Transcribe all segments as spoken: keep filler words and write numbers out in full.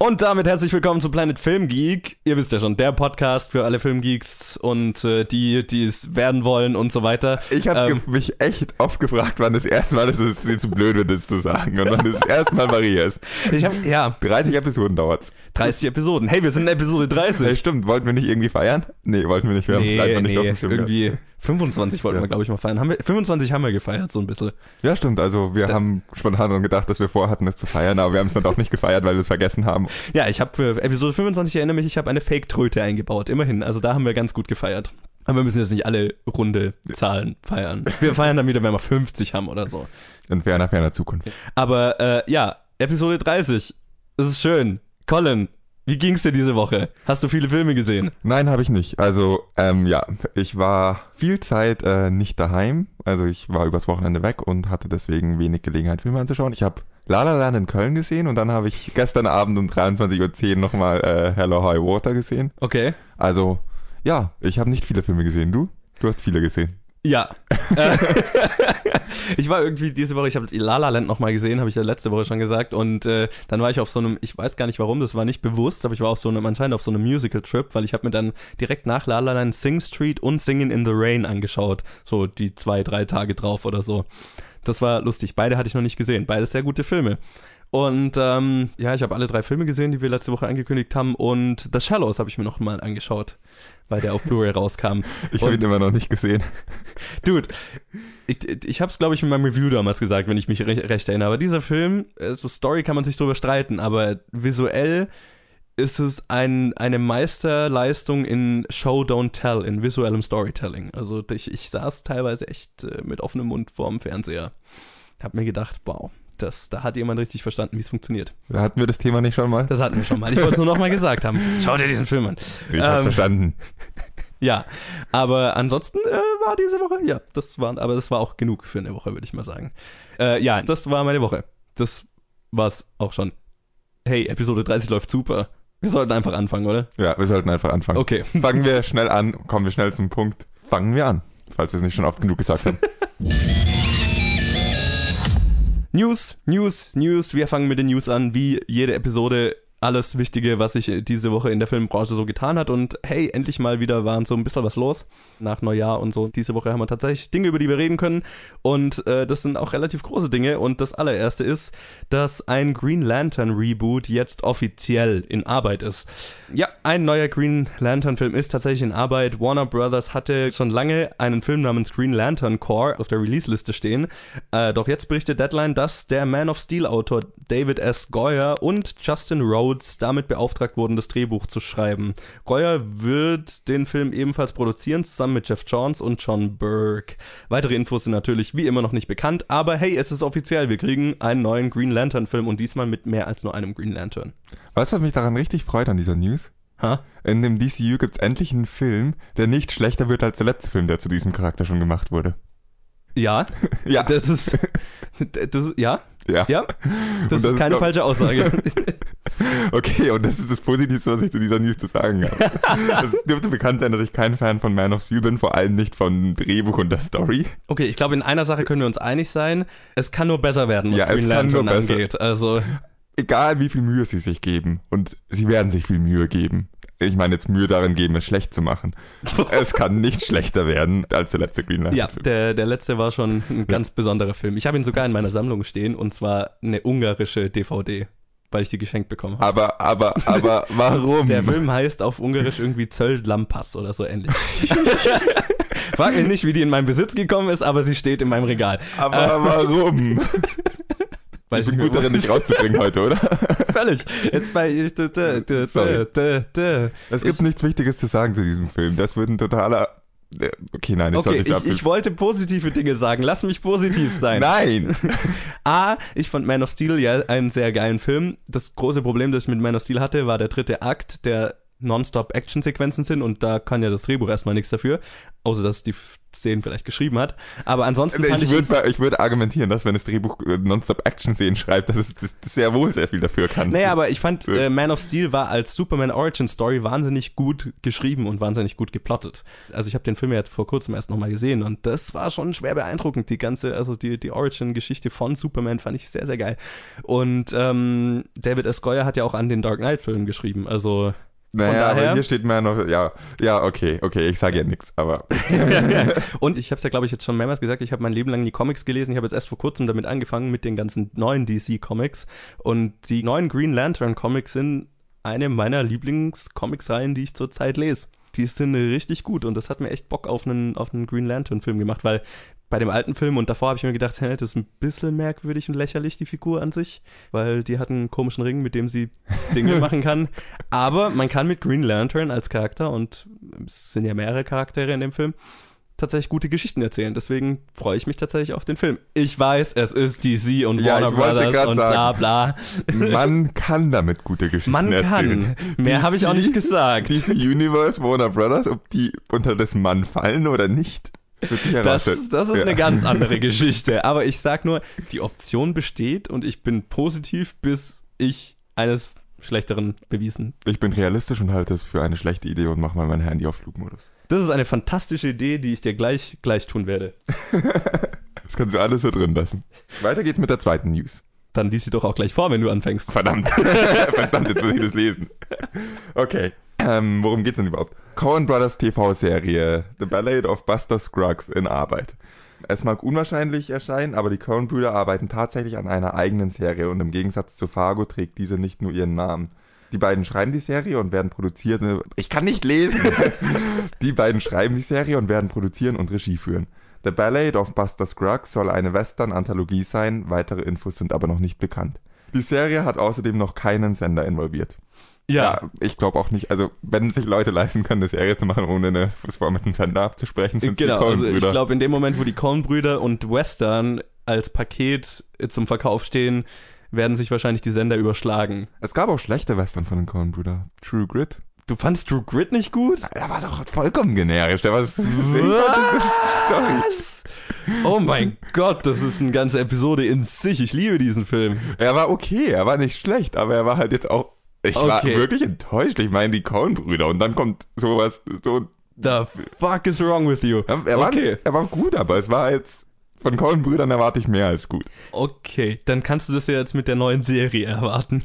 Und damit herzlich willkommen zu Planet Film Geek. Ihr wisst ja schon, der Podcast für alle Filmgeeks und äh, die, die es werden wollen und so weiter. Ich habe ähm, mich echt oft gefragt, wann das erste Mal ist, es ist zu blöd wird, das zu sagen. Und wann das erste Mal Maria ist. Ich hab, ja. dreißig Episoden dauert's. dreißig Episoden. Hey, wir sind in Episode dreißig. Hey, stimmt. Wollten wir nicht irgendwie feiern? Nee, wollten wir nicht. Wir haben nee, es einfach nicht nee, auf dem Schirm irgendwie gehabt. fünfundzwanzig wollten Ja. wir, glaube ich, mal feiern. Haben wir, fünfundzwanzig haben wir gefeiert, so ein bisschen. Ja, stimmt. Also wir Da- haben spontan daran gedacht, dass wir vorhatten, das zu feiern, aber wir haben es dann doch nicht gefeiert, weil wir es vergessen haben. Ja, ich habe für Episode fünfundzwanzig, ich erinnere mich, ich habe eine Fake-Tröte eingebaut. Immerhin, also da haben wir ganz gut gefeiert. Aber wir müssen jetzt nicht alle runde Zahlen feiern. Wir feiern dann wieder, wenn wir fünfzig haben oder so. In ferner, ferner Zukunft. Aber äh, ja, Episode dreißig. Das ist schön. Colin, wie ging's dir diese Woche? Hast du viele Filme gesehen? Nein, habe ich nicht. Also, ähm, ja, ich war viel Zeit äh, nicht daheim. Also ich war übers Wochenende weg und hatte deswegen wenig Gelegenheit, Filme anzuschauen. Ich habe La La Land in Köln gesehen und dann habe ich gestern Abend um dreiundzwanzig Uhr zehn nochmal äh, Hello High Water gesehen. Okay. Also, ja, ich habe nicht viele Filme gesehen. Du? Du hast viele gesehen. Ja. Äh, ich war irgendwie diese Woche, ich habe La La Land nochmal gesehen, habe ich ja letzte Woche schon gesagt. Und äh, dann war ich auf so einem, ich weiß gar nicht warum, das war nicht bewusst, aber ich war auf so einem, anscheinend auf so einem Musical-Trip, weil ich habe mir dann direkt nach La La Land Sing Street und Singin' in the Rain angeschaut. So die zwei, drei Tage drauf oder so. Das war lustig. Beide hatte ich noch nicht gesehen. Beides sehr gute Filme. Und ähm, ja, ich habe alle drei Filme gesehen, die wir letzte Woche angekündigt haben. Und The Shallows habe ich mir noch mal angeschaut, weil der auf Blu-ray rauskam. Ich habe ihn immer noch nicht gesehen. Dude, ich, ich habe es, glaube ich, in meinem Review damals gesagt, wenn ich mich recht, recht erinnere. Aber dieser Film, äh, so Story kann man sich drüber streiten, aber visuell ist es ein, eine Meisterleistung in Show, Don't Tell, in visuellem Storytelling. Also ich, ich saß teilweise echt äh, mit offenem Mund vorm Fernseher. Hab mir gedacht, wow, das, da hat jemand richtig verstanden, wie es funktioniert. Hatten wir das Thema nicht schon mal? Das hatten wir schon mal. Ich wollte es nur noch mal gesagt haben. Schau dir diesen Film an. Ich habe ähm, verstanden. Ja, aber ansonsten äh, war diese Woche, ja, das war, aber das war auch genug für eine Woche, würde ich mal sagen. Äh, ja, das war meine Woche. Das war's auch schon. Hey, Episode dreißig läuft super. Wir sollten einfach anfangen, oder? Ja, wir sollten einfach anfangen. Okay. Fangen wir schnell an, kommen wir schnell zum Punkt. Fangen wir an, falls wir es nicht schon oft genug gesagt haben. News, News, News. Wir fangen mit den News an, wie jede Episode. Alles Wichtige, was sich diese Woche in der Filmbranche so getan hat. Und hey, endlich mal wieder war so ein bisschen was los nach Neujahr und so. Diese Woche haben wir tatsächlich Dinge, über die wir reden können. Und äh, das sind auch relativ große Dinge. Und das allererste ist, dass ein Green Lantern Reboot jetzt offiziell in Arbeit ist. Ja, ein neuer Green Lantern Film ist tatsächlich in Arbeit. Warner Brothers hatte schon lange einen Film namens Green Lantern Corps auf der Release-Liste stehen. Äh, doch jetzt berichtet Deadline, dass der Man of Steel Autor David S. Goyer und Justin Rhodes damit beauftragt wurden, das Drehbuch zu schreiben. Goyer wird den Film ebenfalls produzieren, zusammen mit Jeff Johns und John Burke. Weitere Infos sind natürlich wie immer noch nicht bekannt, aber hey, es ist offiziell, wir kriegen einen neuen Green Lantern Film und diesmal mit mehr als nur einem Green Lantern. Weißt du, was mich daran richtig freut an dieser News? Ha? In dem D C U gibt's endlich einen Film, der nicht schlechter wird als der letzte Film, der zu diesem Charakter schon gemacht wurde. Ja, Ja. das ist, das, ja, Ja. ja, das, das ist ist keine doch- falsche Aussage. Okay, und das ist das Positivste, was ich zu dieser News zu sagen habe. Es dürfte bekannt sein, dass ich kein Fan von Man of Steel bin, vor allem nicht von Drehbuch und der Story. Okay, ich glaube, in einer Sache können wir uns einig sein. Es kann nur besser werden, was Ja, es Green kann nur Lantern besser. angeht. Also, Egal wie viel Mühe sie sich geben, und sie werden sich viel Mühe geben. Ich meine jetzt Mühe darin geben, es schlecht zu machen. Es kann nicht schlechter werden als der letzte Green Lantern ja, Film. der, der letzte war schon ein ganz besonderer Film. Ich habe ihn sogar in meiner Sammlung stehen und zwar eine ungarische D V D, weil ich die geschenkt bekommen habe. Aber, aber, aber warum? Der Film heißt auf Ungarisch irgendwie Zöld Lampas oder so ähnlich. Frag mich nicht, wie die in meinen Besitz gekommen ist, aber sie steht in meinem Regal. Aber Äh, warum? Weil Ich bin gut darin, dich rauszubringen heute, oder? Völlig. Jetzt bei... Ich, d, d, d, Sorry. d, d. Es gibt Ich- nichts Wichtiges zu sagen zu diesem Film. Das wird ein totaler... Okay, nein, jetzt Okay, sollte ich ich, ich wollte positive Dinge sagen. Lass mich positiv sein. Nein! A, ich fand Man of Steel ja einen sehr geilen Film. Das große Problem, das ich mit Man of Steel hatte, war der dritte Akt, der Nonstop-Action-Sequenzen sind und da kann ja das Drehbuch erstmal nichts dafür, außer dass die Szenen vielleicht geschrieben hat. Aber ansonsten fand ich... Ich würde ich würd argumentieren, dass wenn das Drehbuch Nonstop-Action-Szenen schreibt, dass es das, das sehr wohl sehr viel dafür kann. Naja, aber ich fand, äh, Man of Steel war als Superman-Origin-Story wahnsinnig gut geschrieben und wahnsinnig gut geplottet. Also ich habe den Film ja jetzt vor kurzem erst nochmal gesehen und das war schon schwer beeindruckend. Die ganze, also die, die Origin-Geschichte von Superman fand ich sehr, sehr geil. Und ähm, David S. Goyer hat ja auch an den Dark Knight-Film geschrieben, also... Naja, aber hier steht mir noch, ja, ja, okay, okay, ich sage ja nichts, aber... Und ich habe es ja, glaube ich, jetzt schon mehrmals gesagt, ich habe mein Leben lang die Comics gelesen, ich habe jetzt erst vor kurzem damit angefangen, mit den ganzen neuen D C-Comics und die neuen Green Lantern-Comics sind eine meiner Lieblings-Comics-Reihen, die ich zurzeit lese. Die sind richtig gut und das hat mir echt Bock auf einen, auf einen Green Lantern-Film gemacht, weil bei dem alten Film und davor habe ich mir gedacht, hä, das ist ein bisschen merkwürdig und lächerlich, die Figur an sich, weil die hat einen komischen Ring, mit dem sie Dinge machen kann. Aber man kann mit Green Lantern als Charakter, und es sind ja mehrere Charaktere in dem Film, tatsächlich gute Geschichten erzählen. Deswegen freue ich mich tatsächlich auf den Film. Ich weiß, es ist D C und ja, Warner Brothers und bla bla. Man kann damit gute Geschichten man erzählen. Man kann. Mehr habe ich auch nicht gesagt. D C Universe, Warner Brothers, ob die unter das Mann fallen oder nicht, wird sich Das, das ist ja. eine ganz andere Geschichte. Aber ich sag nur, die Option besteht und ich bin positiv, bis ich eines Schlechteren bewiesen. Ich bin realistisch und halte es für eine schlechte Idee und mache mal mein Handy auf Flugmodus. Das ist eine fantastische Idee, die ich dir gleich, gleich tun werde. Das kannst du alles so drin lassen. Weiter geht's mit der zweiten News. Dann lies sie doch auch gleich vor, wenn du anfängst. Verdammt. Verdammt, jetzt muss ich das lesen. Okay. Ähm, worum geht's denn überhaupt? Coen Brothers T V-Serie The Ballad of Buster Scruggs in Arbeit. Es mag unwahrscheinlich erscheinen, aber die Coen-Brüder arbeiten tatsächlich an einer eigenen Serie und im Gegensatz zu Fargo trägt diese nicht nur ihren Namen. Die beiden schreiben die Serie und werden produzieren... Ich kann nicht lesen! Die beiden schreiben die Serie und werden produzieren und Regie führen. The Ballad of Buster Scruggs soll eine Western-Anthologie sein, weitere Infos sind aber noch nicht bekannt. Die Serie hat außerdem noch keinen Sender involviert. Ja, ja ich glaube auch nicht. Also, wenn sich Leute leisten können, eine Serie zu machen, ohne eine vorher mit dem Sender abzusprechen, sind genau, die Coen-Brüder. Also ich glaube, in dem Moment, wo die Coen-Brüder und Western als Paket zum Verkauf stehen, werden sich wahrscheinlich die Sender überschlagen. Es gab auch schlechte Western von den Coen-Brüdern. True Grit. Du fandst True Grit nicht gut? Der war doch vollkommen generisch. Der war so, sorry. Oh mein Gott, das ist eine ganze Episode in sich. Ich liebe diesen Film. Er war okay, er war nicht schlecht, aber er war halt jetzt auch... Ich okay. war wirklich enttäuscht. Ich meine, die Coen-Brüder. Und dann kommt sowas, so... The fuck is wrong with you? Er, er, okay. war, er war gut, aber es war jetzt... Von Coen-Brüdern erwarte ich mehr als gut. Okay, dann kannst du das ja jetzt mit der neuen Serie erwarten.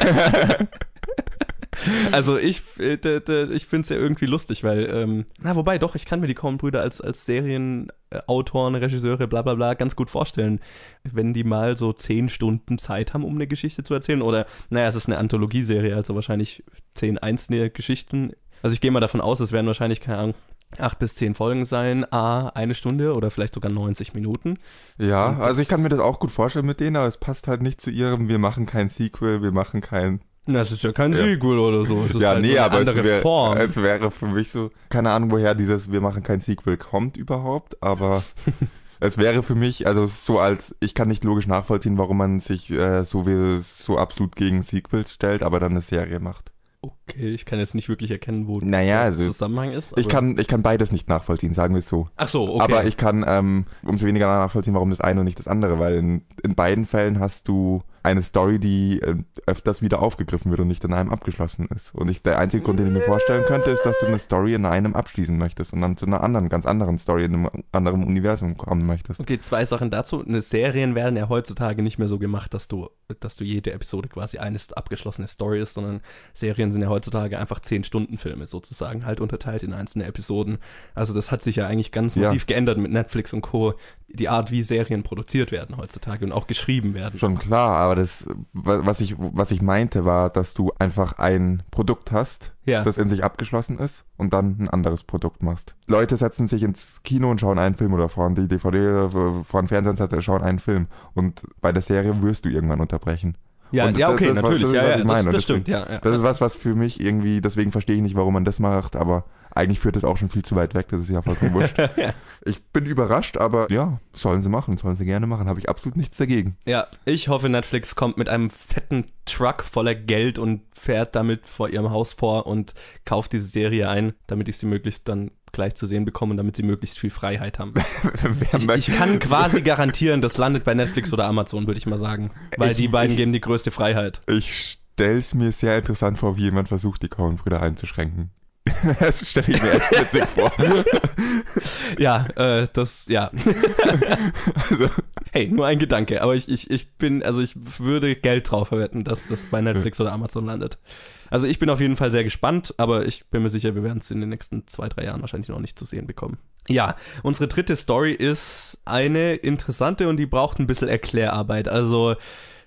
Also ich, äh, d, d, ich finde es ja irgendwie lustig, weil, ähm, na wobei doch, ich kann mir die Coen-Brüder als, als Serienautoren, Regisseure, bla bla bla ganz gut vorstellen, wenn die mal so zehn Stunden Zeit haben, um eine Geschichte zu erzählen. Oder, naja, es ist eine Anthologieserie, also wahrscheinlich zehn einzelne Geschichten. Also ich gehe mal davon aus, es werden wahrscheinlich, keine Ahnung, acht bis zehn Folgen sein, a eine Stunde oder vielleicht sogar neunzig Minuten. Ja, also ich kann mir das auch gut vorstellen mit denen, aber es passt halt nicht zu ihrem, wir machen kein Sequel, wir machen kein... Na, es ist ja kein ja. Sequel oder so. Es ist ja, halt nee, eine aber andere es, wär, Form. es wäre für mich so, keine Ahnung, woher dieses wir machen kein Sequel kommt überhaupt, aber es wäre für mich, also so als, ich kann nicht logisch nachvollziehen, warum man sich äh, so wie so absolut gegen Sequels stellt, aber dann eine Serie macht. Okay, ich kann jetzt nicht wirklich erkennen, wo naja, der also Zusammenhang ist. Aber ich kann, ich kann beides nicht nachvollziehen, sagen wir es so. Ach so, okay. Aber ich kann ähm, umso weniger nachvollziehen, warum das eine und nicht das andere, weil in, in beiden Fällen hast du eine Story, die äh, öfters wieder aufgegriffen wird und nicht in einem abgeschlossen ist. Und ich, der einzige Grund, den ich mir vorstellen könnte, ist, dass du eine Story in einem abschließen möchtest und dann zu einer anderen, ganz anderen Story in einem anderen Universum kommen möchtest. Okay, zwei Sachen dazu. Eine Serien werden ja heutzutage nicht mehr so gemacht, dass du, dass du jede Episode quasi eine abgeschlossene Story ist, sondern Serien sind ja heutzutage einfach zehn-Stunden-Filme sozusagen, halt unterteilt in einzelne Episoden. Also das hat sich ja eigentlich ganz massiv ja. geändert mit Netflix und Co., die Art, wie Serien produziert werden heutzutage und auch geschrieben werden. Schon klar, aber das, was ich, was ich meinte, war, dass du einfach ein Produkt hast, ja. das in sich abgeschlossen ist und dann ein anderes Produkt machst. Leute setzen sich ins Kino und schauen einen Film oder fahren die D V D, fahren Fernsehen und schauen einen Film und bei der Serie wirst du irgendwann unterbrechen. Ja, und ja, okay, das, das natürlich, was, ja, das, ja, das, das deswegen, stimmt, ja, ja. Das ist was, was für mich irgendwie, deswegen verstehe ich nicht, warum man das macht, aber eigentlich führt das auch schon viel zu weit weg, das ist ja vollkommen wurscht. Ich bin überrascht, aber ja, sollen sie machen, sollen sie gerne machen, habe ich absolut nichts dagegen. Ja, ich hoffe, Netflix kommt mit einem fetten Truck voller Geld und fährt damit vor ihrem Haus vor und kauft diese Serie ein, damit ich sie möglichst dann gleich zu sehen bekomme und damit sie möglichst viel Freiheit haben. ich, ich kann quasi garantieren, das landet bei Netflix oder Amazon, würde ich mal sagen, weil ich, die beiden ich, geben die größte Freiheit. Ich stell's mir sehr interessant vor, wie jemand versucht, die Coen-Brüder einzuschränken. Das stelle ich mir echt witzig vor. Ja, äh, das, ja. Also. Hey, nur ein Gedanke, aber ich, ich, ich bin, also ich würde Geld drauf verwetten, dass das bei Netflix oder Amazon landet. Also ich bin auf jeden Fall sehr gespannt, aber ich bin mir sicher, wir werden es in den nächsten zwei, drei Jahren wahrscheinlich noch nicht zu sehen bekommen. Ja, unsere dritte Story ist eine interessante und die braucht ein bisschen Erklärarbeit. Also,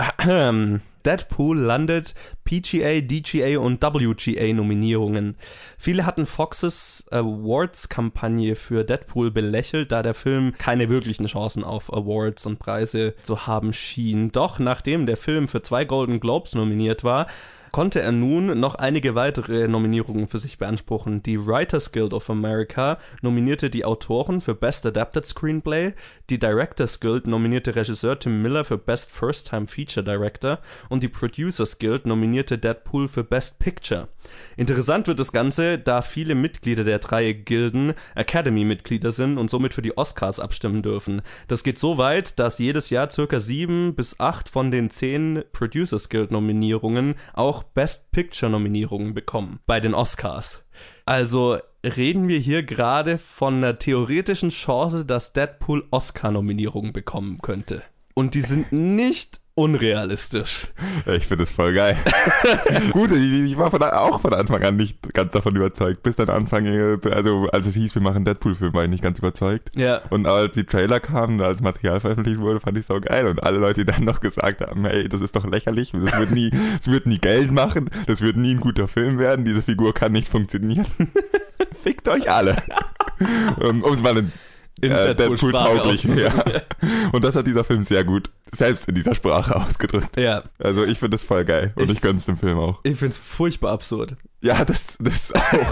äh, Deadpool landet P G A, D G A und W G A Nominierungen. Viele hatten Foxes Awards-Kampagne für Deadpool belächelt, da der Film keine wirklichen Chancen auf Awards und Preise zu haben schien. Doch nachdem der Film für zwei Golden Globes nominiert war, konnte er nun noch einige weitere Nominierungen für sich beanspruchen. Die Writers Guild of America nominierte die Autoren für Best Adapted Screenplay, die Directors Guild nominierte Regisseur Tim Miller für Best First Time Feature Director und die Producers Guild nominierte Deadpool für Best Picture. Interessant wird das Ganze, da viele Mitglieder der drei Gilden Academy-Mitglieder sind und somit für die Oscars abstimmen dürfen. Das geht so weit, dass jedes Jahr circa sieben bis acht von den zehn Producers Guild Nominierungen auch Best Picture Nominierungen bekommen bei den Oscars. Also reden wir hier gerade von einer theoretischen Chance, dass Deadpool Oscar-Nominierungen bekommen könnte. Und die sind nicht unrealistisch. Ich finde das voll geil. Gut, ich war von, auch von Anfang an nicht ganz davon überzeugt. Bis dann Anfang, also als es hieß, wir machen Deadpool-Film, war ich nicht ganz überzeugt. Ja. Und als die Trailer kamen, als Material veröffentlicht wurde, fand ich es auch geil. Und alle Leute, die dann noch gesagt haben, hey, das ist doch lächerlich, das wird nie, das wird nie Geld machen, das wird nie ein guter Film werden, diese Figur kann nicht funktionieren. Fickt euch alle. um es mal in In äh, Deadpool tauglich, ja. Und das hat dieser Film sehr gut selbst in dieser Sprache ausgedrückt. Ja. Also ich finde das voll geil und ich, ich gönn's dem Film auch. Ich finde es furchtbar absurd. Ja, das, das auch.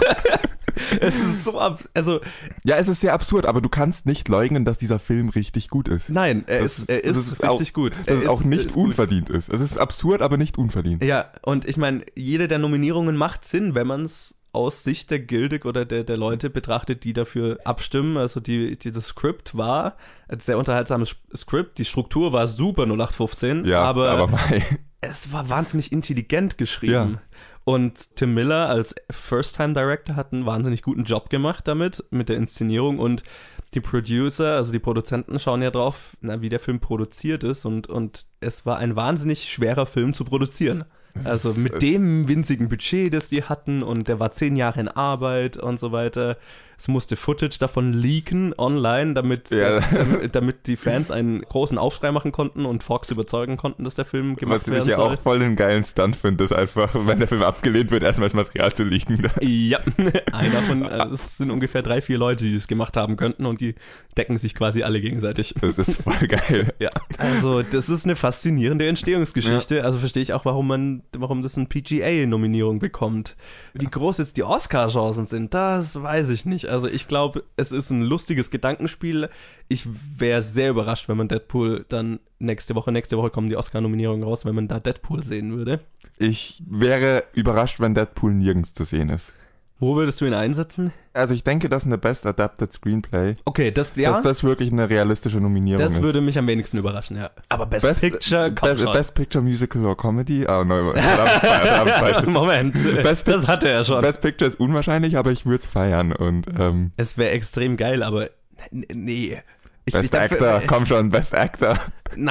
Es ist so ab, also. Ja, es ist sehr absurd, aber du kannst nicht leugnen, dass dieser Film richtig gut ist. Nein, er das ist, er ist, ist richtig auch, gut. Dass er es ist, auch nicht ist unverdient ist. Es ist absurd, aber nicht unverdient. Ja, und ich meine, jede der Nominierungen macht Sinn, wenn man es aus Sicht der Gilde oder der, der Leute betrachtet, die dafür abstimmen. Also die, die das Skript war ein sehr unterhaltsames Skript. Die Struktur war super null acht fünfzehn, ja, aber, aber mei. es war wahnsinnig intelligent geschrieben. Ja. Und Tim Miller als First-Time-Director hat einen wahnsinnig guten Job gemacht damit, mit der Inszenierung. Und die Producer, also die Produzenten, schauen ja drauf, na, wie der Film produziert ist. Und, und es war ein wahnsinnig schwerer Film zu produzieren. Also mit dem winzigen Budget, das die hatten, und der war zehn Jahre in Arbeit und so weiter. Es musste Footage davon leaken online, damit, ja. damit, damit die Fans einen großen Aufschrei machen konnten und Fox überzeugen konnten, dass der Film gemacht werden soll. Was ich ja auch voll den geilen Stunt finde, ist einfach, wenn der Film abgelehnt wird, erstmal das Material zu leaken. Ja, einer von, also es sind ungefähr drei, vier Leute, die das gemacht haben könnten, und die decken sich quasi alle gegenseitig. Das ist voll geil. Ja, also das ist eine faszinierende Entstehungsgeschichte. Ja. Also verstehe ich auch, warum man, warum das eine P G A-Nominierung bekommt. Wie groß jetzt die Oscar-Chancen sind, das weiß ich nicht. Also ich glaube, es ist ein lustiges Gedankenspiel. Ich wäre sehr überrascht, wenn man Deadpool dann nächste Woche, nächste Woche kommen die Oscar-Nominierungen raus, wenn man da Deadpool sehen würde. Ich wäre überrascht, wenn Deadpool nirgends zu sehen ist. Wo würdest du ihn einsetzen? Also ich denke, dass eine Best Adapted Screenplay, okay, das, ja, dass das wirklich eine realistische Nominierung das ist. Das würde mich am wenigsten überraschen, ja. Aber Best, Best Picture, komm Best, schon. Best Picture Musical or Comedy? Oh, no, verdammt, Moment, Best das hatte er schon. Best Picture ist unwahrscheinlich, aber ich würde es feiern. Und, ähm, es wäre extrem geil, aber nee. Ich, Best ich Actor, dachte, komm schon, Best Actor. Na,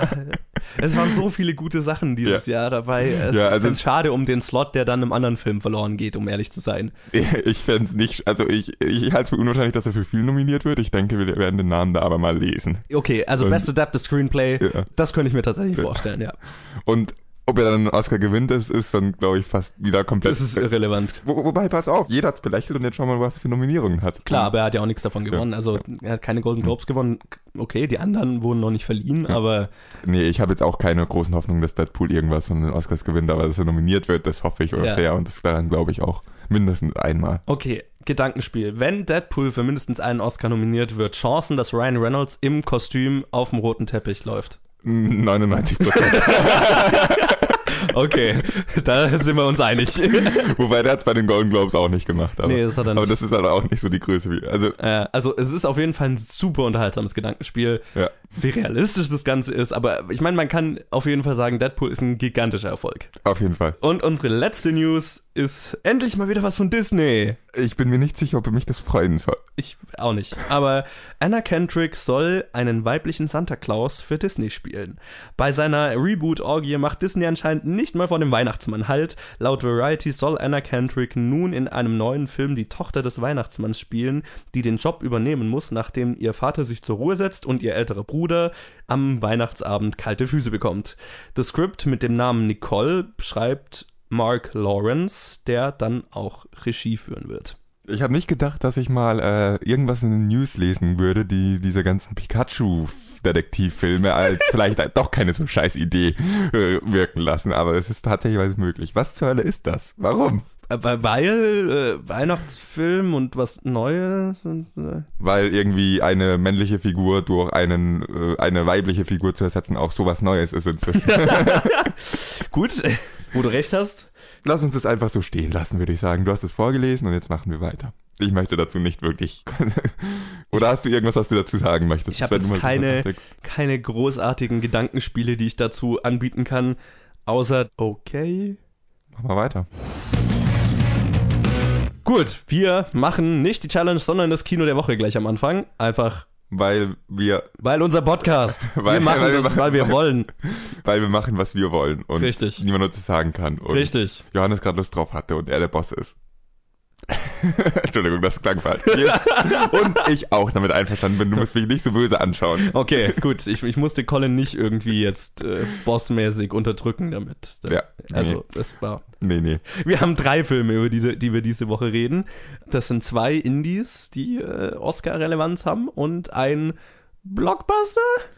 es waren so viele gute Sachen dieses ja. Jahr dabei. Es ja, also ist schade um den Slot, der dann im anderen Film verloren geht, um ehrlich zu sein. Ich fände es nicht, also ich, ich halte es für unwahrscheinlich, dass er für viel nominiert wird. Ich denke, wir werden den Namen da aber mal lesen. Okay, also Und, Best Adapted Screenplay, ja. das könnte ich mir tatsächlich vorstellen, ja. Und ob er dann einen Oscar gewinnt, ist, ist dann, glaube ich, fast wieder komplett... Das ist irrelevant. Wo, wobei, pass auf, jeder hat's belächelt und jetzt schauen wir mal, was er für Nominierungen hat. Klar, aber er hat ja auch nichts davon gewonnen. Ja. Also er hat keine Golden Globes ja. gewonnen. Okay, die anderen wurden noch nicht verliehen, ja. aber... Nee, ich habe jetzt auch keine großen Hoffnungen, dass Deadpool irgendwas von den Oscars gewinnt, aber dass er nominiert wird, das hoffe ich oder ja. sehr und das daran glaube ich auch. mindestens einmal. Okay, Gedankenspiel. Wenn Deadpool für mindestens einen Oscar nominiert wird, Chancen, dass Ryan Reynolds im Kostüm auf dem roten Teppich läuft? neunundneunzig Prozent. Okay, da sind wir uns einig. Wobei, der hat es bei den Golden Globes auch nicht gemacht. Aber, nee, das hat er nicht. Aber das ist halt auch nicht so die Größe wie... Also, äh, also es ist auf jeden Fall ein super unterhaltsames Gedankenspiel, ja. wie realistisch das Ganze ist. Aber ich meine, man kann auf jeden Fall sagen, Deadpool ist ein gigantischer Erfolg. Auf jeden Fall. Und unsere letzte News ist endlich mal wieder was von Disney. Ich bin mir nicht sicher, ob mich das freuen soll. Ich auch nicht. Aber Anna Kendrick soll einen weiblichen Santa Claus für Disney spielen. Bei seiner Reboot-Orgie macht Disney anscheinend nicht mal vor dem Weihnachtsmann Halt. Laut Variety soll Anna Kendrick nun in einem neuen Film die Tochter des Weihnachtsmanns spielen, die den Job übernehmen muss, nachdem ihr Vater sich zur Ruhe setzt und ihr älterer Bruder am Weihnachtsabend kalte Füße bekommt. Das Skript mit dem Namen Nicole schreibt Mark Lawrence, der dann auch Regie führen wird. Ich habe nicht gedacht, dass ich mal äh, irgendwas in den News lesen würde, die diese ganzen Pikachu-Detektivfilme als vielleicht doch keine so scheiß Idee äh, wirken lassen, aber es ist tatsächlich möglich. Was zur Hölle ist das? Warum? Weil äh, Weihnachtsfilm und was Neues. Und, äh. Weil irgendwie eine männliche Figur durch einen äh, eine weibliche Figur zu ersetzen auch sowas Neues ist inzwischen. Gut, wo du recht hast. Lass uns das einfach so stehen lassen, würde ich sagen. Du hast es vorgelesen und jetzt machen wir weiter. Ich möchte dazu nicht wirklich... Oder hast du irgendwas, was du dazu sagen möchtest? Ich habe jetzt keine, keine großartigen Gedankenspiele, die ich dazu anbieten kann, außer okay. Machen wir weiter. Gut, wir machen nicht die Challenge, sondern das Kino der Woche gleich am Anfang. Einfach... Weil wir... Weil unser Podcast. weil, wir machen weil das, wir, weil wir weil, wollen. Weil wir machen, was wir wollen. Und Richtig. niemand uns das sagen kann. Und Richtig. Johannes gerade Lust drauf hatte und er der Boss ist. Entschuldigung, das klang falsch. Yes. Und ich auch damit einverstanden bin. Du musst mich nicht so böse anschauen. Okay, gut. Ich, ich musste Colin nicht irgendwie jetzt äh, bossmäßig unterdrücken damit. Ja. Also, nee. das war... Nee, nee. Wir haben drei Filme, über die, die wir diese Woche reden. Das sind zwei Indies, die äh, Oscar-Relevanz haben und ein Blockbuster,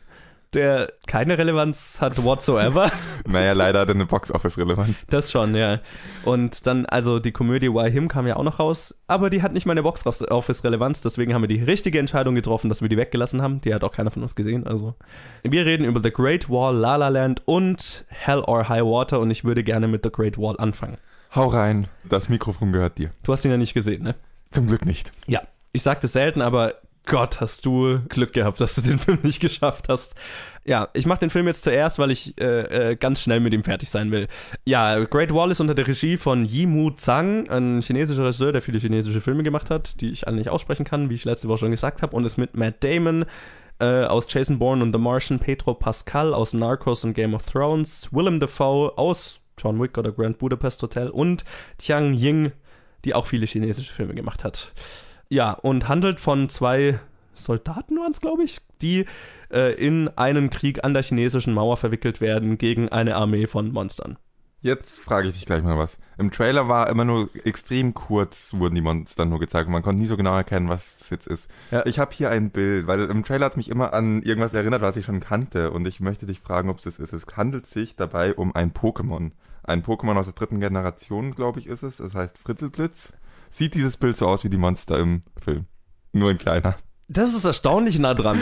der keine Relevanz hat whatsoever. Naja, leider hat er eine Box-Office-Relevanz. Das schon, ja. Und dann, also die Komödie Why Him kam ja auch noch raus, aber die hat nicht mal eine Box-Office-Relevanz, deswegen haben wir die richtige Entscheidung getroffen, dass wir die weggelassen haben. Die hat auch keiner von uns gesehen, also. Wir reden über The Great Wall, La La Land und Hell or High Water und ich würde gerne mit The Great Wall anfangen. Hau rein, das Mikrofon gehört dir. Du hast ihn ja nicht gesehen, ne? Zum Glück nicht. Ja, ich sag das selten, aber Gott, hast du Glück gehabt, dass du den Film nicht geschafft hast. Ja, ich mache den Film jetzt zuerst, weil ich äh, äh, ganz schnell mit ihm fertig sein will. Ja, Great Wall ist unter der Regie von Yimou Zhang, ein chinesischer Regisseur, der viele chinesische Filme gemacht hat, die ich alle nicht aussprechen kann, wie ich letzte Woche schon gesagt habe, und ist mit Matt Damon äh, aus Jason Bourne und The Martian, Pedro Pascal aus Narcos und Game of Thrones, Willem Dafoe aus John Wick oder Grand Budapest Hotel und Tiang Ying, die auch viele chinesische Filme gemacht hat. Ja, und handelt von zwei Soldaten, waren es, glaube ich, die äh, in einen Krieg an der chinesischen Mauer verwickelt werden gegen eine Armee von Monstern. Jetzt frage ich dich gleich mal was. Im Trailer war immer nur extrem kurz, wurden die Monster nur gezeigt und man konnte nie so genau erkennen, was das jetzt ist. Ja. Ich habe hier ein Bild, weil im Trailer hat es mich immer an irgendwas erinnert, was ich schon kannte und ich möchte dich fragen, ob es das ist. Es handelt sich dabei um ein Pokémon. Ein Pokémon aus der dritten Generation, glaube ich, ist es. Es heißt Frittelblitz. Sieht dieses Bild so aus wie die Monster im Film. Nur ein kleiner. Das ist erstaunlich nah dran.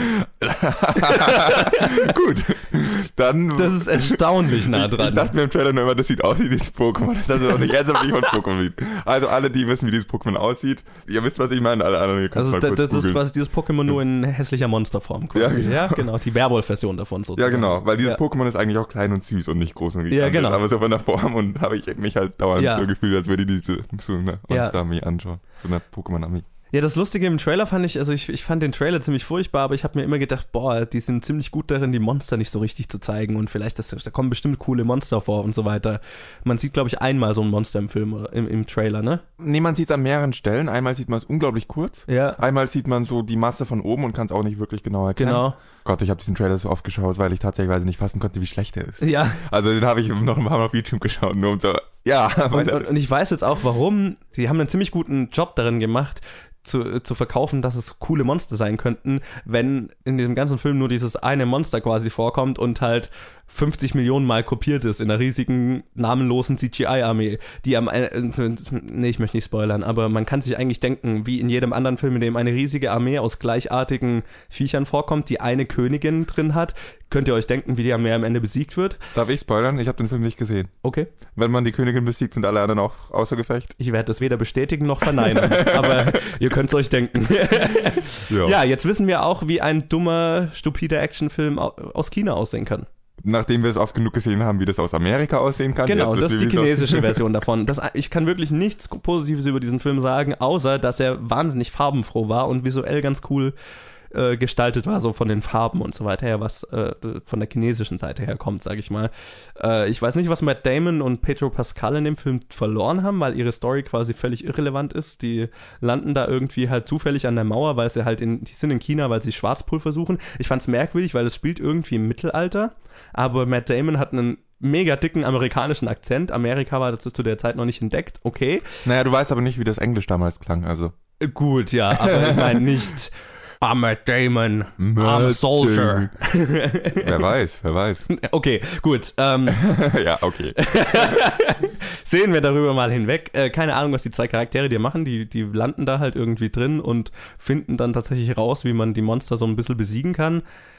Gut, dann... Das ist erstaunlich nah dran. Ich, ich dachte mir im Trailer nur immer, das sieht aus wie dieses Pokémon. Das ist also noch nicht ernsthaft, wie von Pokémon sieht. Also alle, die wissen, wie dieses Pokémon aussieht, ihr wisst, was ich meine. Alle anderen, ihr könnt also mal kurz das googeln. ist quasi dieses Pokémon nur in hässlicher Monsterform quasi. Ja, genau, ja, genau die Werwolf-Version davon sozusagen. Ja, genau, weil dieses ja. Pokémon ist eigentlich auch klein und süß und nicht groß und gigantisch. Ja, genau. Aber so von der Form und habe ich mich halt dauernd ja. so gefühlt, als würde ich diese so eine Monster-Armee ja. anschauen. So eine Pokémon-Armee. Ja, das Lustige im Trailer fand ich, also ich, ich fand den Trailer ziemlich furchtbar, aber ich habe mir immer gedacht, boah, die sind ziemlich gut darin, die Monster nicht so richtig zu zeigen und vielleicht, das, da kommen bestimmt coole Monster vor und so weiter. Man sieht, glaube ich, einmal so ein Monster im Film, oder im, im Trailer, ne? Nee, man sieht es an mehreren Stellen. Einmal sieht man es unglaublich kurz. Ja. Einmal sieht man so die Masse von oben und kann es auch nicht wirklich genau erkennen. Genau. Gott, ich habe diesen Trailer so oft geschaut, weil ich tatsächlich nicht fassen konnte, wie schlecht er ist. Ja. Also den habe ich noch ein paar Mal auf YouTube geschaut, nur um so, ja. Und, und, und ich weiß jetzt auch, warum. Die haben einen ziemlich guten Job darin gemacht, Zu, zu verkaufen, dass es coole Monster sein könnten, wenn in diesem ganzen Film nur dieses eine Monster quasi vorkommt und halt fünfzig Millionen Mal kopiert ist in einer riesigen, namenlosen C G I-Armee, die am, äh, nee, ich möchte nicht spoilern, aber man kann sich eigentlich denken, wie in jedem anderen Film, in dem eine riesige Armee aus gleichartigen Viechern vorkommt, die eine Königin drin hat, könnt ihr euch denken, wie die Armee am Ende besiegt wird. Darf ich spoilern? Ich habe den Film nicht gesehen. Okay. Wenn man die Königin besiegt, sind alle anderen auch außer Gefecht? Ich werde das weder bestätigen noch verneinen, aber ihr könnt es euch denken. ja. ja, jetzt wissen wir auch, wie ein dummer, stupider Actionfilm aus China aussehen kann. Nachdem wir es oft genug gesehen haben, wie das aus Amerika aussehen kann. Genau, jetzt das ist die chinesische Version davon. Das, ich kann wirklich nichts Positives über diesen Film sagen, außer, dass er wahnsinnig farbenfroh war und visuell ganz cool äh, gestaltet war, so von den Farben und so weiter her, was äh, von der chinesischen Seite her kommt, sage ich mal. Äh, ich weiß nicht, was Matt Damon und Pedro Pascal in dem Film verloren haben, weil ihre Story quasi völlig irrelevant ist. Die landen da irgendwie halt zufällig an der Mauer, weil sie halt in, die sind in China, weil sie Schwarzpulver suchen. Ich fand's merkwürdig, weil es spielt irgendwie im Mittelalter, aber Matt Damon hat einen mega dicken amerikanischen Akzent. Amerika war dazu zu der Zeit noch nicht entdeckt, okay. Naja, du weißt aber nicht, wie das Englisch damals klang, also. Gut, ja, aber ich meine nicht I'm Matt Damon, I'm a soldier. Wer weiß, wer weiß. Okay, gut. Ähm, ja, okay. Sehen wir darüber mal hinweg. Äh, keine Ahnung, was die zwei Charaktere dir machen. Die, die landen da halt irgendwie drin und finden dann tatsächlich raus, wie man die Monster so ein bisschen besiegen kann.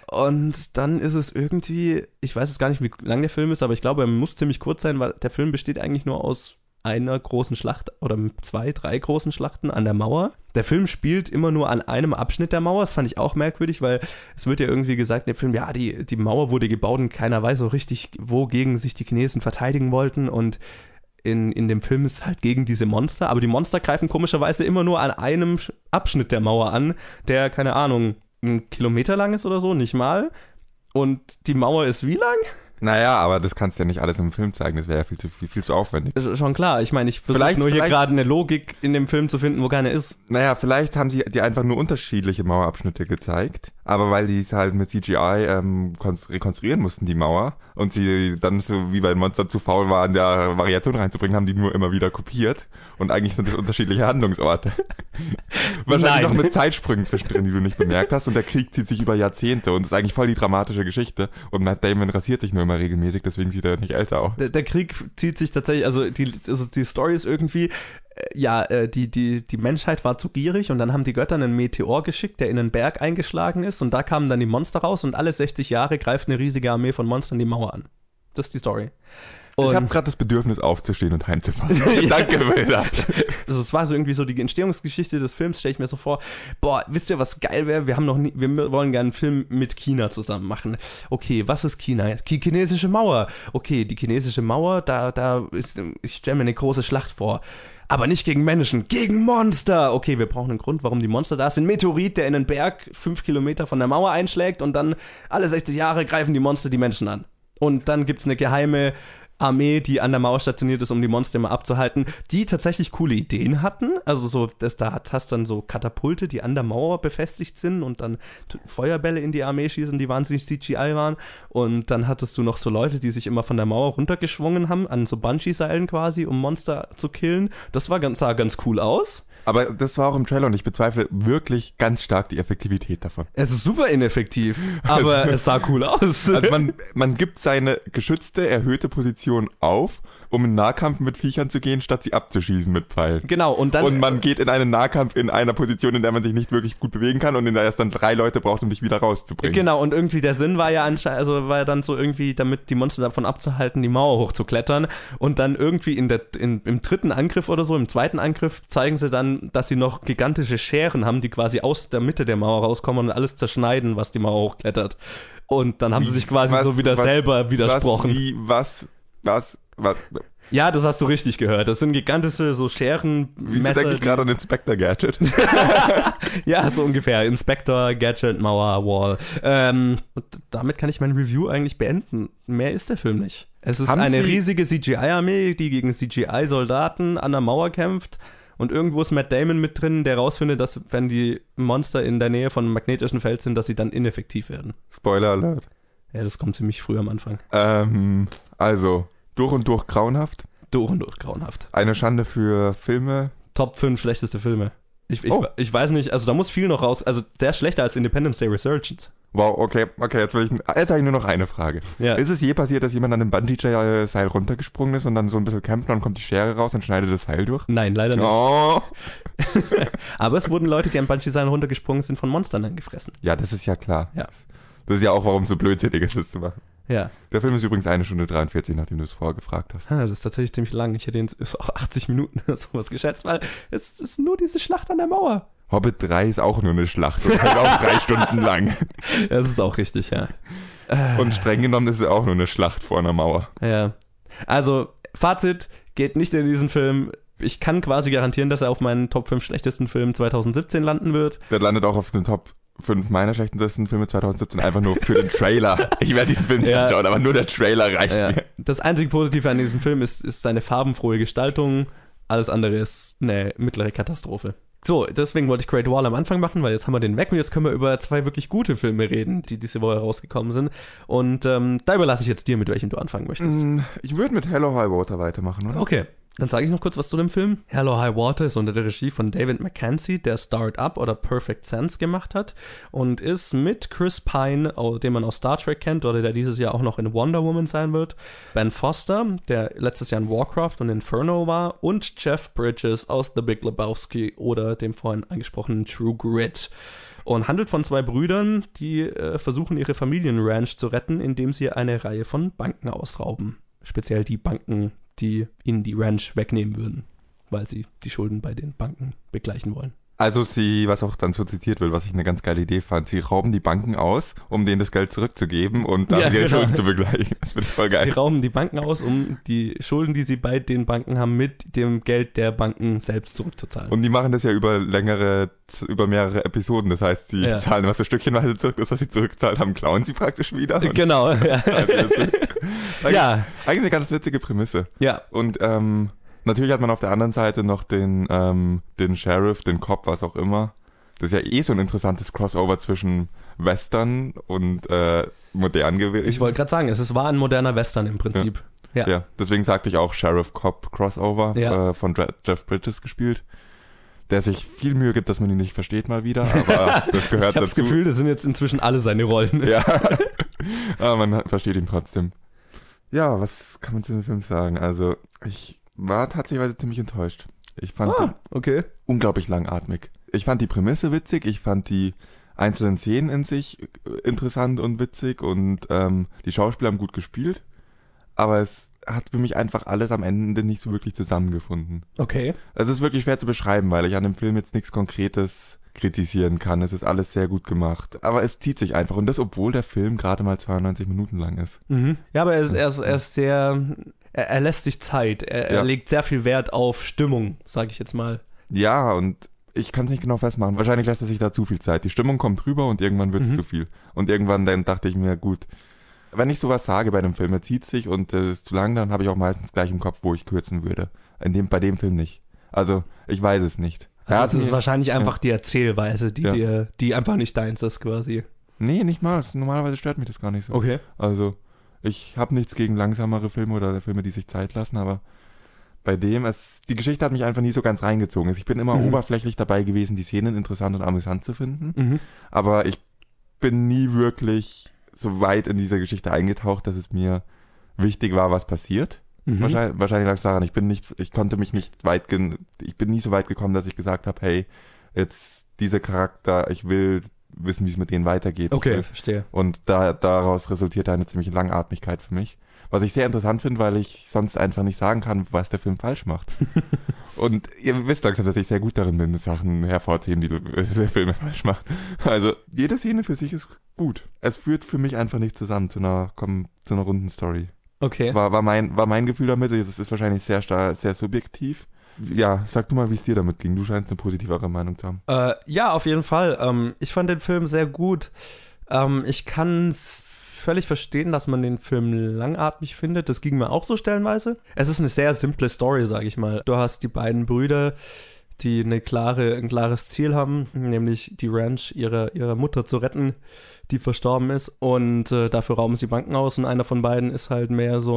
Und dann ist es irgendwie, ich weiß jetzt gar nicht, wie lang der Film ist, aber ich glaube, er muss ziemlich kurz sein, weil der Film besteht eigentlich nur aus einer großen Schlacht oder zwei, drei großen Schlachten an der Mauer. Der Film spielt immer nur an einem Abschnitt der Mauer. Das fand ich auch merkwürdig, weil es wird ja irgendwie gesagt in dem Film, ja, die, die Mauer wurde gebaut und keiner weiß so richtig, wogegen sich die Chinesen verteidigen wollten, und in, in dem Film ist es halt gegen diese Monster, aber die Monster greifen komischerweise immer nur an einem Abschnitt der Mauer an, der, keine Ahnung, einen Kilometer lang ist oder so, nicht mal. Und die Mauer ist wie lang? Naja, aber das kannst du ja nicht alles im Film zeigen, das wäre ja viel zu, viel, viel zu aufwendig. Ist schon klar, ich meine, ich versuche nur hier gerade eine Logik in dem Film zu finden, wo keine ist. Naja, vielleicht haben sie dir einfach nur unterschiedliche Mauerabschnitte gezeigt, aber weil die es halt mit C G I ähm, rekonstruieren mussten, die Mauer, und sie dann so wie bei Monster zu faul waren, da Variation reinzubringen, haben die nur immer wieder kopiert, und eigentlich sind das unterschiedliche Handlungsorte. Wahrscheinlich Nein. noch mit Zeitsprüngen zwischendrin, die du nicht bemerkt hast, und der Krieg zieht sich über Jahrzehnte und ist eigentlich voll die dramatische Geschichte, und Matt Damon rasiert sich nur immer regelmäßig, deswegen sieht er nicht älter aus. Der, der Krieg zieht sich tatsächlich, also die, also die Story ist irgendwie, äh, ja, äh, die, die, die Menschheit war zu gierig, und dann haben die Götter einen Meteor geschickt, der in einen Berg eingeschlagen ist, und da kamen dann die Monster raus, und alle sechzig Jahre greift eine riesige Armee von Monstern die Mauer an. Das ist die Story. Und ich habe gerade das Bedürfnis aufzustehen und heimzufahren. Danke, Willard. Also es war so irgendwie so die Entstehungsgeschichte des Films, stelle ich mir so vor, boah, wisst ihr, was geil wäre? Wir haben noch nie, wir wollen gerne einen Film mit China zusammen machen. Okay, was ist China? Die chinesische Mauer. Okay, die chinesische Mauer, da, da ist, ich stelle mir eine große Schlacht vor. Aber nicht gegen Menschen, gegen Monster. Okay, wir brauchen einen Grund, warum die Monster da sind. Ein Meteorit, der in einen Berg fünf Kilometer von der Mauer einschlägt, und dann alle sechzig Jahre greifen die Monster die Menschen an. Und dann gibt's eine geheime Armee, die an der Mauer stationiert ist, um die Monster immer abzuhalten, die tatsächlich coole Ideen hatten. Also so, dass da hast dann so Katapulte, die an der Mauer befestigt sind und dann Feuerbälle in die Armee schießen, die wahnsinnig C G I waren. Und dann hattest du noch so Leute, die sich immer von der Mauer runtergeschwungen haben, an so Bungee-Seilen quasi, um Monster zu killen. Das war ganz, sah ganz cool aus. Aber das war auch im Trailer, und ich bezweifle wirklich ganz stark die Effektivität davon. Es ist super ineffektiv, aber es sah cool aus. Also man, man gibt seine geschützte, erhöhte Position auf, um in Nahkampf mit Viechern zu gehen, statt sie abzuschießen mit Pfeilen. Genau, und dann... Und man geht in einen Nahkampf in einer Position, in der man sich nicht wirklich gut bewegen kann, und in der es dann drei Leute braucht, um dich wieder rauszubringen. Genau, und irgendwie der Sinn war ja anscheinend, also war ja dann so irgendwie, damit die Monster davon abzuhalten, die Mauer hochzuklettern, und dann irgendwie in der, in, im dritten Angriff oder so, im zweiten Angriff zeigen sie dann, dass sie noch gigantische Scheren haben, die quasi aus der Mitte der Mauer rauskommen und alles zerschneiden, was die Mauer hochklettert. Und dann haben Wie, sie sich quasi was, so wieder was, selber widersprochen. Was, wie, was, was, was... Ja, das hast du richtig gehört. Das sind gigantische so Scheren, Wie Messer. denke ich gerade an Inspector Gadget? Ja, so ungefähr. Inspector, Gadget, Mauer, Wall. Ähm, und damit kann ich mein Review eigentlich beenden. Mehr ist der Film nicht. Es ist Haben eine Sie- riesige C G I-Armee, die gegen C G I-Soldaten an der Mauer kämpft. Und irgendwo ist Matt Damon mit drin, der rausfindet, dass wenn die Monster in der Nähe von einem magnetischen Feld sind, dass sie dann ineffektiv werden. Spoiler Alert. Ja, das kommt ziemlich früh am Anfang. Ähm, also, durch und durch grauenhaft. Durch und durch grauenhaft. Eine Schande für Filme. Top fünf schlechteste Filme. Ich, ich, Oh. ich weiß nicht, also da muss viel noch raus. Also der ist schlechter als Independence Day Resurgence. Wow, okay, okay, jetzt will ich, jetzt habe ich nur noch eine Frage. Ja. Ist es je passiert, dass jemand an dem Bungee-Seil runtergesprungen ist und dann so ein bisschen kämpft und dann kommt die Schere raus und schneidet das Seil durch? Nein, leider nicht. Oh. Aber es wurden Leute, die an Bungee-Seilen runtergesprungen sind, von Monstern angefressen. Ja, das ist ja klar. Ja. Das ist ja auch, warum es so blödsinnig ist, das zu machen. Ja. Der Film ist übrigens eine Stunde dreiundvierzig, nachdem du es vorher gefragt hast. Ah, das ist tatsächlich ziemlich lang. Ich hätte ihn ist auch achtzig Minuten oder sowas geschätzt, weil es ist nur diese Schlacht an der Mauer. Hobbit drei ist auch nur eine Schlacht und halt auch drei Stunden lang. Das ist auch richtig, ja. Und streng genommen ist es auch nur eine Schlacht vor einer Mauer. Ja. Also, Fazit, geht nicht in diesen Film. Ich kann quasi garantieren, dass er auf meinen Top fünf schlechtesten Filmen zwanzig siebzehn landen wird. Der landet auch auf den Top fünf meiner schlechtesten Filme zwanzig siebzehn, einfach nur für den Trailer. Ich werde diesen Film nicht Ja. anschauen, aber nur der Trailer reicht Ja. mir. Das einzige Positive an diesem Film ist, ist seine farbenfrohe Gestaltung. Alles andere ist eine mittlere Katastrophe. So, deswegen wollte ich Great Wall am Anfang machen, weil jetzt haben wir den weg und jetzt können wir über zwei wirklich gute Filme reden, die diese Woche rausgekommen sind. Und ähm, da überlasse ich jetzt dir, mit welchem du anfangen möchtest. Mm, Ich würde mit Hello High Water weitermachen, oder? Okay, dann sage ich noch kurz was zu dem Film. Hello High Water ist unter der Regie von David Mackenzie, der Start-Up oder Perfect Sense gemacht hat und ist mit Chris Pine, den man aus Star Trek kennt oder der dieses Jahr auch noch in Wonder Woman sein wird, Ben Foster, der letztes Jahr in Warcraft und Inferno war und Jeff Bridges aus The Big Lebowski oder dem vorhin angesprochenen True Grit. Und handelt von zwei Brüdern, die äh, versuchen, ihre Familienranch zu retten, indem sie eine Reihe von Banken ausrauben. Speziell die Banken, die ihnen die Ranch wegnehmen würden, weil sie die Schulden bei den Banken begleichen wollen. Also sie, was auch dann so zitiert wird, was ich eine ganz geile Idee fand, sie rauben die Banken aus, um denen das Geld zurückzugeben und dann Ja, ihre genau. Schulden zu begleichen. Das finde ich voll Sie geil. rauben die Banken aus, um die Schulden, die sie bei den Banken haben, mit dem Geld der Banken selbst zurückzuzahlen. Und die machen das ja über längere, über mehrere Episoden. Das heißt, sie Ja. zahlen was so stückchenweise zurück, das, was sie zurückzahlt haben, klauen sie praktisch wieder. Und Genau, ja. also das ist eigentlich, ja, eigentlich eine ganz witzige Prämisse. ja, Und ähm, natürlich hat man auf der anderen Seite noch den, ähm, den Sheriff, den Cop, was auch immer. Das ist ja eh so ein interessantes Crossover zwischen Western und äh, modern gewesen. ich wollte gerade sagen, es ist, war ein moderner Western im Prinzip. Ja, Ja, deswegen sagte ich auch Sheriff Cop Crossover, Ja. äh, von Dre- Jeff Bridges gespielt, der sich viel Mühe gibt, dass man ihn nicht versteht mal wieder, aber das gehört ich habe das dazu. Gefühl, das sind jetzt inzwischen alle seine Rollen. Ja, aber man versteht ihn trotzdem. Ja, was kann man zu dem Film sagen? Also, ich war tatsächlich ziemlich enttäuscht. Ich fand ihn Ah, okay. unglaublich langatmig. Ich fand die Prämisse witzig, ich fand die einzelnen Szenen in sich interessant und witzig und ähm, die Schauspieler haben gut gespielt, aber es hat für mich einfach alles am Ende nicht so wirklich zusammengefunden. Okay. Es ist wirklich schwer zu beschreiben, weil ich an dem Film jetzt nichts Konkretes kritisieren kann. Es ist alles sehr gut gemacht, aber es zieht sich einfach und das, obwohl der Film gerade mal zweiundneunzig Minuten lang ist. Mhm. Ja, aber er ist, er ist, er ist sehr, er, er lässt sich Zeit. Er, Ja. er legt sehr viel Wert auf Stimmung, sage ich jetzt mal. Ja, und ich kann es nicht genau festmachen. Wahrscheinlich lässt er sich da zu viel Zeit. Die Stimmung kommt rüber und irgendwann wird es Mhm. zu viel. Und irgendwann dann dachte ich mir, gut, wenn ich sowas sage bei einem Film, er zieht sich und es ist zu lang, dann habe ich auch meistens gleich im Kopf, wo ich kürzen würde. In dem, bei dem Film nicht. Also, ich weiß es nicht. Er Also hat es ist mir- wahrscheinlich einfach die Erzählweise, die Ja. dir, die einfach nicht deins ist quasi. Nee, nicht mal. Das- Normalerweise stört mich das gar nicht so. Okay. Also, ich habe nichts gegen langsamere Filme oder Filme, die sich Zeit lassen, aber bei dem, es, die Geschichte hat mich einfach nie so ganz reingezogen. Ich bin immer Mhm. oberflächlich dabei gewesen, die Szenen interessant und amüsant zu finden, Mhm. aber ich bin nie wirklich so weit in diese Geschichte eingetaucht, dass es mir wichtig war, was passiert. Mhm. Wahrscheinlich, wahrscheinlich lag es daran, ich bin nicht, ich konnte mich nicht weit, gen, ich bin nie so weit gekommen, dass ich gesagt habe, hey, jetzt dieser Charakter, ich will wissen, wie es mit denen weitergeht. Ich Okay, will, verstehe. und da, daraus resultiert eine ziemliche Langatmigkeit für mich. Was ich sehr interessant finde, weil ich sonst einfach nicht sagen kann, was der Film falsch macht. Und ihr wisst langsam, dass ich sehr gut darin bin, Sachen hervorzuheben, die der Film falsch macht. Also jede Szene für sich ist gut. Es führt für mich einfach nicht zusammen zu einer, komm, zu einer runden Story. Okay. War, war, mein, war mein Gefühl damit, es ist wahrscheinlich sehr, star- sehr subjektiv. Ja, sag du mal, wie es dir damit ging. Du scheinst eine positivere Meinung zu haben. Äh, ja, auf jeden Fall. Ähm, ich fand den Film sehr gut. Ähm, ich kann es völlig verstehen, dass man den Film langatmig findet. Das ging mir auch so stellenweise. Es ist eine sehr simple Story, sage ich mal. Du hast die beiden Brüder, die eine klare, ein klares Ziel haben, nämlich die Ranch ihrer, ihrer Mutter zu retten, die verstorben ist. Und äh, dafür rauben sie Banken aus und einer von beiden ist halt mehr so ein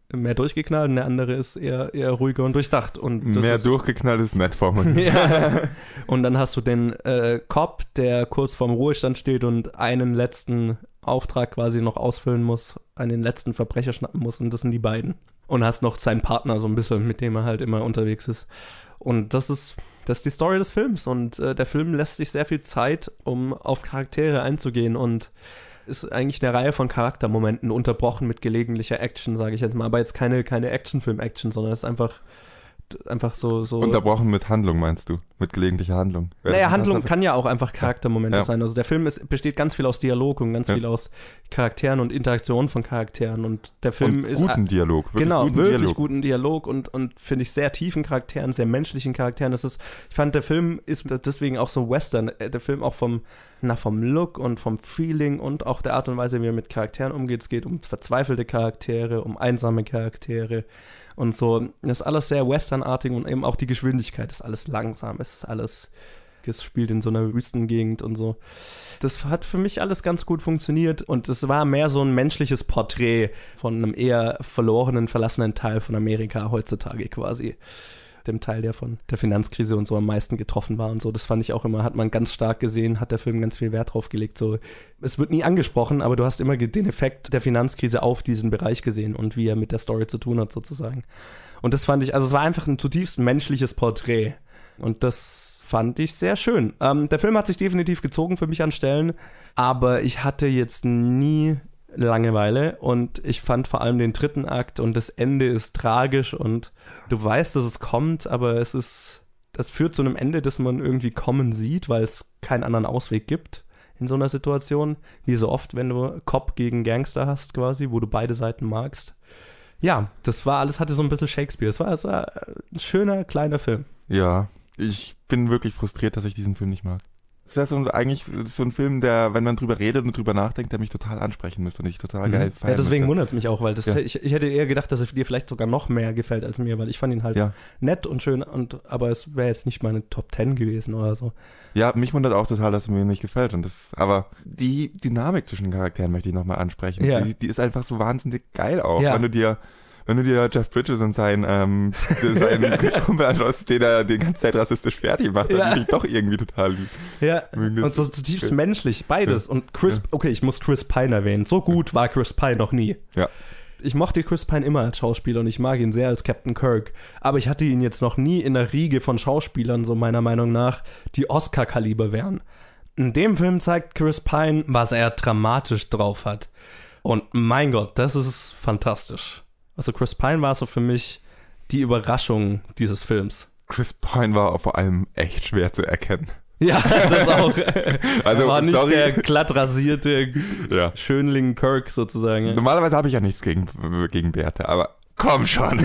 mehr durchgeknallt und der andere ist eher, eher ruhiger und durchdacht. Und das mehr ist, durchgeknallt ist nett formuliert. ja. Und dann hast du den äh, Cop, der kurz vorm Ruhestand steht und einen letzten Auftrag quasi noch ausfüllen muss, einen letzten Verbrecher schnappen muss und das sind die beiden. Und hast noch seinen Partner so ein bisschen, mit dem er halt immer unterwegs ist. Und das ist, das ist die Story des Films und äh, der Film lässt sich sehr viel Zeit, um auf Charaktere einzugehen und ist eigentlich eine Reihe von Charaktermomenten unterbrochen mit gelegentlicher Action, sage ich jetzt mal. Aber jetzt keine, keine Actionfilm-Action, sondern es ist einfach, einfach so, so... Unterbrochen mit Handlung, meinst du? Mit gelegentlicher Handlung? Wäre Naja, das Handlung das? kann ja auch einfach Charaktermomente Ja. sein. Also der Film ist, besteht ganz viel aus Dialog und ganz Ja. viel aus Charakteren und Interaktionen von Charakteren. Und der Film Und ist... guten Dialog. Wirklich Genau, guten wirklich Dialog. guten Dialog und, und finde ich sehr tiefen Charakteren, sehr menschlichen Charakteren. Das ist, ich fand, der Film ist deswegen auch so Western. Der Film auch vom, na, vom Look und vom Feeling und auch der Art und Weise, wie er mit Charakteren umgeht. Es geht um verzweifelte Charaktere, um einsame Charaktere und so. Das ist alles sehr westernartig und eben auch die Geschwindigkeit ist alles langsam. Es ist alles, es spielt in so einer Wüstengegend und so. Das hat für mich alles ganz gut funktioniert und es war mehr so ein menschliches Porträt von einem eher verlorenen, verlassenen Teil von Amerika heutzutage quasi. Dem Teil, der von der Finanzkrise und so am meisten getroffen war und so. Das fand ich auch immer, hat man ganz stark gesehen, hat der Film ganz viel Wert drauf gelegt. So, es wird nie angesprochen, aber du hast immer den Effekt der Finanzkrise auf diesen Bereich gesehen und wie er mit der Story zu tun hat sozusagen. Und das fand ich, also es war einfach ein zutiefst menschliches Porträt und das fand ich sehr schön. Ähm, der Film hat sich definitiv gezogen für mich an Stellen, aber ich hatte jetzt nie Langeweile und ich fand vor allem den dritten Akt und das Ende ist tragisch und du weißt, dass es kommt, aber es ist, das führt zu einem Ende, das man irgendwie kommen sieht, weil es keinen anderen Ausweg gibt in so einer Situation, wie so oft, wenn du Cop gegen Gangster hast quasi, wo du beide Seiten magst. Ja, das war alles, hatte so ein bisschen Shakespeare. Es war, es war ein schöner, kleiner Film. Ja, ich bin wirklich frustriert, dass ich diesen Film nicht mag. Es wäre so eigentlich so ein Film, der, wenn man drüber redet und drüber nachdenkt, der mich total ansprechen müsste und ich total Mhm. geil feiern Ja, deswegen müsste. wundert es mich auch, weil das, Ja. ich, ich hätte eher gedacht, dass er dir vielleicht sogar noch mehr gefällt als mir, weil ich fand ihn halt Ja. nett und schön, und aber es wäre jetzt nicht meine Top Ten gewesen oder so. Ja, mich wundert auch total, dass es mir nicht gefällt. Und das, aber die Dynamik zwischen den Charakteren möchte ich nochmal ansprechen. Ja. Die, die ist einfach so wahnsinnig geil auch. Ja. Wenn du dir, wenn du dir Jeff Bridges und seinen, ähm, seinen Kumpel anschaust, den er den ganze Zeit rassistisch fertig macht, dann Ja. bin ich doch irgendwie total lieb. Ja, Mögen das- und so zutiefst menschlich, beides. Ja. Und Chris, okay, ich muss Chris Pine erwähnen. So gut war Chris Pine noch nie. Ja. Ich mochte Chris Pine immer als Schauspieler und ich mag ihn sehr als Captain Kirk. Aber ich hatte ihn jetzt noch nie in einer Riege von Schauspielern, so meiner Meinung nach, die Oscar-Kaliber wären. In dem Film zeigt Chris Pine, was er dramatisch drauf hat. Und mein Gott, das ist fantastisch. Also Chris Pine war so für mich die Überraschung dieses Films. Chris Pine war vor allem echt schwer zu erkennen. Ja, das auch. Also, er war nicht sorry. der glatt rasierte Ja. Schönling Kirk sozusagen. Ja. Normalerweise habe ich ja nichts gegen, gegen Bärte, aber komm schon.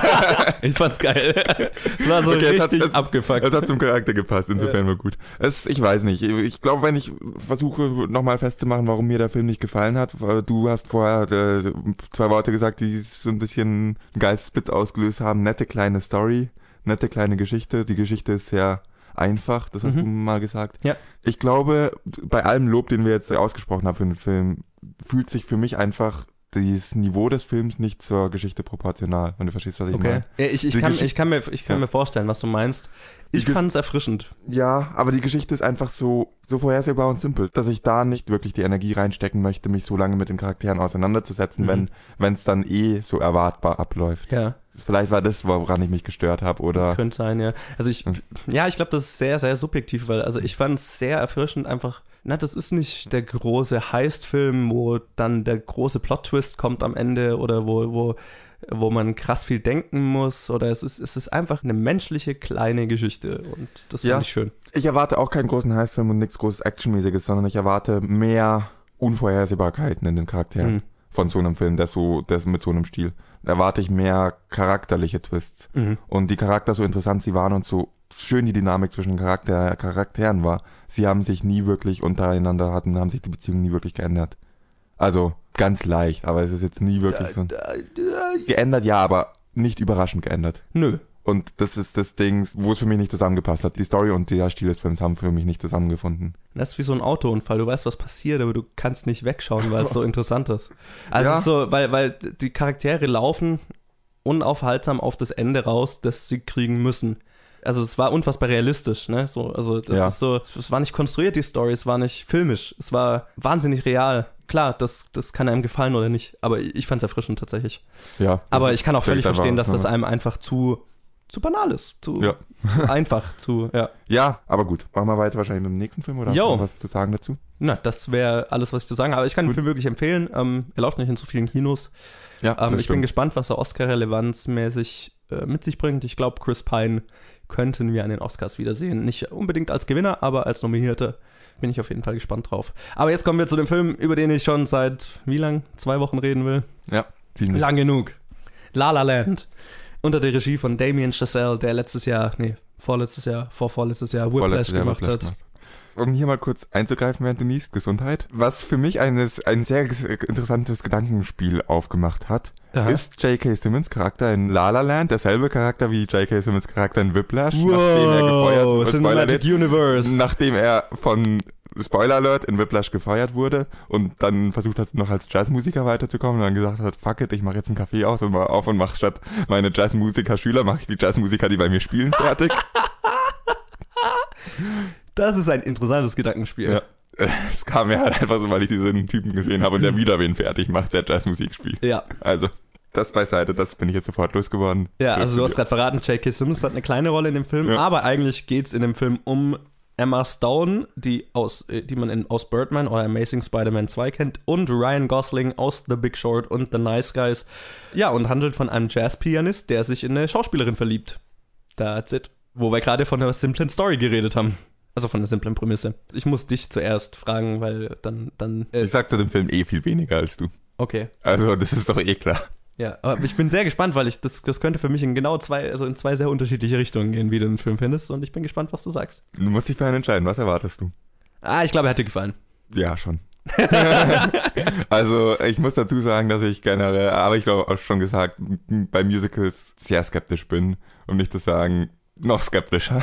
Ich fand's geil. Es war so Okay, es hat- richtig es- abgefuckt. Es hat zum Charakter gepasst, insofern war gut. Es, ich weiß nicht. Ich glaube, wenn ich versuche, nochmal festzumachen, warum mir der Film nicht gefallen hat, weil du hast vorher äh, zwei Worte gesagt, die so ein bisschen einen Geistesblitz ausgelöst haben. Nette kleine Story, nette kleine Geschichte. Die Geschichte ist sehr einfach, das hast Mhm. du mal gesagt. Ja. Ich glaube, bei allem Lob, den wir jetzt ausgesprochen haben für den Film, fühlt sich für mich einfach das Niveau des Films nicht zur Geschichte proportional, wenn du verstehst, was ich Okay. meine. Ja, ich, ich, Die kann, Geschichte- ich kann, mir, ich kann Ja. mir vorstellen, was du meinst. Ich Die Ge- fand's erfrischend. Ja, aber die Geschichte ist einfach so, so vorhersehbar und simpel, dass ich da nicht wirklich die Energie reinstecken möchte, mich so lange mit den Charakteren auseinanderzusetzen, Mhm. wenn wenn es dann eh so erwartbar abläuft. Ja, Vielleicht war das, woran ich mich gestört habe, oder könnte sein, ja. Also ich, Hm. ja, ich glaube, das ist sehr, sehr subjektiv, weil, also ich fand's sehr erfrischend einfach. Na, das ist nicht der große Heist-Film, wo dann der große Plot-Twist kommt am Ende oder wo, wo, wo man krass viel denken muss, oder es ist, es ist einfach eine menschliche kleine Geschichte und das finde Ja. ich schön. ich erwarte auch keinen großen Heistfilm und nichts großes Actionmäßiges, sondern ich erwarte mehr Unvorhersehbarkeiten in den Charakteren Mhm. von so einem Film, der so, der mit so einem Stil. Da erwarte ich mehr charakterliche Twists. Mhm. Und die Charakter, so interessant sie waren und so schön die Dynamik zwischen den Charakter, Charakteren war, sie haben sich nie wirklich untereinander hatten, haben sich die Beziehungen nie wirklich geändert. Also ganz leicht, aber es ist jetzt nie wirklich so geändert, ja, aber nicht überraschend geändert. Nö. Und das ist das Ding, wo es für mich nicht zusammengepasst hat. Die Story und der Stil des Films haben für mich nicht zusammengefunden. Das ist wie so ein Autounfall. Du weißt, was passiert, aber du kannst nicht wegschauen, weil es so interessant ist. Also Ja. es ist so, weil, weil die Charaktere laufen unaufhaltsam auf das Ende raus, das sie kriegen müssen. Also es war unfassbar realistisch, ne? So, also das Ja. ist so, es war nicht konstruiert, die Story, es war nicht filmisch, es war wahnsinnig real. Klar, das, das kann einem gefallen oder nicht, aber ich fand's erfrischend tatsächlich. Ja. Aber ist ich kann auch völlig einfach- verstehen, dass das einem einfach zu, zu banal ist, zu, Ja. zu einfach, zu, ja. Ja, aber gut. Machen wir weiter wahrscheinlich mit dem nächsten Film oder hast Jo. du noch was zu sagen dazu? Na, das wäre alles, was ich zu sagen habe. Aber ich kann den Gut. Film wirklich empfehlen. Ähm, er läuft nicht in so vielen Kinos. Ja, Ähm, das ich bin stimmt. gespannt, was er Oscar-relevanzmäßig äh, mit sich bringt. Ich glaube, Chris Pine könnten wir an den Oscars wiedersehen. Nicht unbedingt als Gewinner, aber als Nominierter bin ich auf jeden Fall gespannt drauf. Aber jetzt kommen wir zu dem Film, über den ich schon seit wie lang? Zwei Wochen reden will. Ja, ziemlich. Lang genug. La La Land. Unter der Regie von Damien Chazelle, der letztes Jahr, nee, vorletztes Jahr, vorvorletztes Jahr Whiplash Vorletztes Jahr gemacht Whiplash hat. gemacht. Um hier mal kurz einzugreifen, während du niest, Gesundheit. Was für mich eines, ein sehr ges- interessantes Gedankenspiel aufgemacht hat, Aha. ist J K. Simmons Charakter in La La Land derselbe Charakter wie J K. Simmons Charakter in Whiplash, nachdem er gefeuert wurde. Spoiler Cinematic Alert, Universe. nachdem er von Spoiler Alert in Whiplash gefeuert wurde und dann versucht hat, noch als Jazzmusiker weiterzukommen und dann gesagt hat, fuck it, ich mache jetzt einen Kaffee aus und mal auf und mache statt meine Jazzmusiker-Schüler, mache ich die Jazzmusiker, die bei mir spielen, fertig. Das ist ein interessantes Gedankenspiel. Ja. Es kam mir halt einfach so, weil ich diesen Typen gesehen habe und der wieder wen fertig macht, der Jazzmusik spielt. Ja, Also, das beiseite, das bin ich jetzt sofort losgeworden. ja, also du hast gerade verraten, J K. Simmons hat eine kleine Rolle in dem Film, Ja. aber eigentlich geht's in dem Film um Emma Stone, die aus, äh, die man in, aus Birdman oder Amazing Spider-Man zwei kennt, und Ryan Gosling aus The Big Short und The Nice Guys. Ja, und handelt von einem Jazzpianist, der sich in eine Schauspielerin verliebt. That's it. Wo wir gerade von einer simplen Story geredet haben. Also von einer simplen Prämisse. Ich muss dich zuerst fragen, weil dann, dann, äh, Ich sag zu dem Film eh viel weniger als du. okay. Also, das ist doch eh klar. Ja, aber ich bin sehr gespannt, weil ich das, das könnte für mich in genau zwei, also in zwei sehr unterschiedliche Richtungen gehen, wie du den Film findest, und ich bin gespannt, was du sagst. Du musst dich für einen entscheiden. Was erwartest du? Ah, ich glaube, er hat dir gefallen. Ja, schon. Also, ich muss dazu sagen, dass ich generell, aber ich glaube auch schon gesagt, bei Musicals sehr skeptisch bin, um nicht zu sagen, noch skeptischer.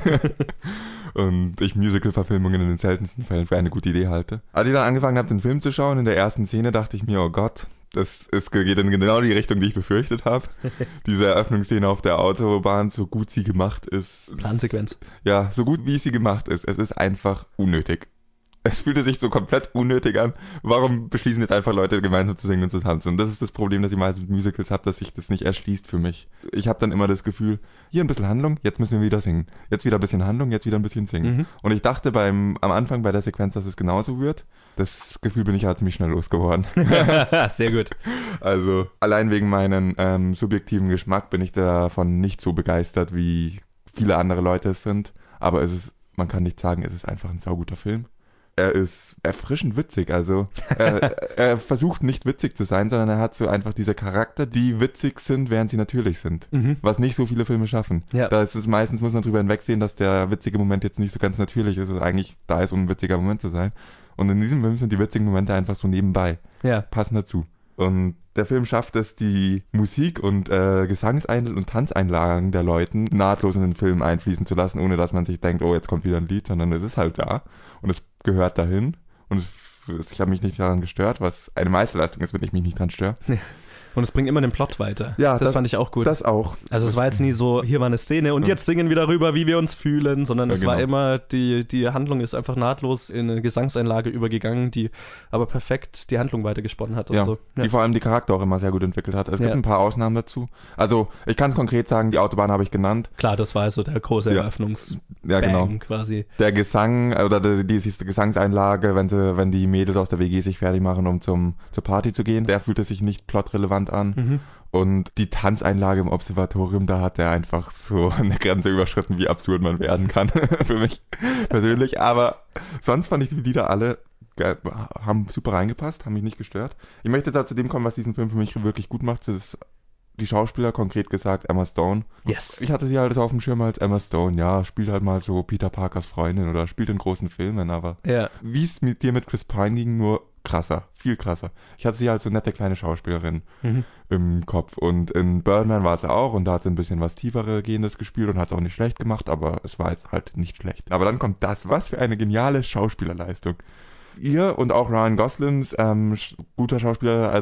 Und ich Musical-Verfilmungen in den seltensten Fällen für eine gute Idee halte. Als ich dann angefangen habe, den Film zu schauen, in der ersten Szene dachte ich mir, oh Gott, das ist, geht in genau die Richtung, die ich befürchtet habe. Diese Eröffnungsszene auf der Autobahn, so gut sie gemacht ist. Plansequenz. Ja, so gut wie sie gemacht ist, es ist einfach unnötig. Es fühlte sich so komplett unnötig an. Warum beschließen jetzt einfach Leute gemeinsam zu singen und zu tanzen? Und das ist das Problem, das ich meistens mit Musicals habe, dass sich das nicht erschließt für mich. Ich habe dann immer das Gefühl, hier ein bisschen Handlung, jetzt müssen wir wieder singen. Jetzt wieder ein bisschen Handlung, jetzt wieder ein bisschen singen. Mhm. Und ich dachte beim am Anfang bei der Sequenz, dass es genauso wird. Das Gefühl bin ich halt ziemlich schnell losgeworden. Sehr gut. Also allein wegen meinem ähm, subjektiven Geschmack bin ich davon nicht so begeistert, wie viele andere Leute es sind. Aber es ist, man kann nicht sagen, es ist einfach ein sauguter Film. Er ist erfrischend witzig, also er, er versucht nicht witzig zu sein, sondern er hat so einfach diese Charakter, die witzig sind, während sie natürlich sind. Mhm. Was nicht so viele Filme schaffen. Ja. Da ist es meistens, muss man drüber hinwegsehen, dass der witzige Moment jetzt nicht so ganz natürlich ist und eigentlich da ist, um ein witziger Moment zu sein. Und in diesem Film sind die witzigen Momente einfach so nebenbei. Ja. Passen dazu. Und der Film schafft es, die Musik und äh, Gesangsein- und Tanzeinlagen der Leuten nahtlos in den Film einfließen zu lassen, ohne dass man sich denkt, oh, jetzt kommt wieder ein Lied, sondern es ist halt da und es gehört dahin. Und es, ich habe mich nicht daran gestört, was eine Meisterleistung ist, wenn ich mich nicht dran störe. Und es bringt immer den Plot weiter. Ja, das, das- fand ich auch gut. Das auch. Also es war jetzt nie so, hier war eine Szene und Ja. jetzt singen wir darüber, wie wir uns fühlen, sondern Ja, es war genau. immer, die, die Handlung ist einfach nahtlos in eine Gesangseinlage übergegangen, die aber perfekt die Handlung weitergesponnen hat und Ja, so. die vor allem die Charakter auch immer sehr gut entwickelt hat. Es Ja. gibt ein paar Ausnahmen dazu. Also ich kann es konkret sagen, die Autobahn habe ich genannt. Klar, das war also der große Ja. Eröffnungsbang Ja, genau. quasi. Der Gesang oder die, die, die Gesangseinlage, wenn sie, wenn die Mädels aus der W G sich fertig machen, um zum, zur Party zu gehen, der fühlte sich nicht plotrelevant an. Mhm. Und die Tanzeinlage im Observatorium, da hat er einfach so eine Grenze überschritten, wie absurd man werden kann, für mich persönlich. Aber sonst fand ich die Lieder alle, ge- haben super reingepasst, haben mich nicht gestört. Ich möchte da zu dem kommen, was diesen Film für mich wirklich gut macht. Das ist die Schauspieler, konkret gesagt Emma Stone. Yes. Ich hatte sie halt so auf dem Schirm als Emma Stone, ja, spielt halt mal so Peter Parkers Freundin oder spielt in großen Filmen, aber Ja. wie es mit dir mit Chris Pine ging, nur krasser, viel krasser. Ich hatte sie als so nette kleine Schauspielerin Mhm. im Kopf und in Birdman war es auch und da hat sie ein bisschen was tiefere Gehendes gespielt und hat es auch nicht schlecht gemacht, aber es war jetzt halt nicht schlecht. Aber dann kommt das, was für eine geniale Schauspielerleistung. Ihr und auch Ryan Goslings, ähm, sch- guter Schauspieler, also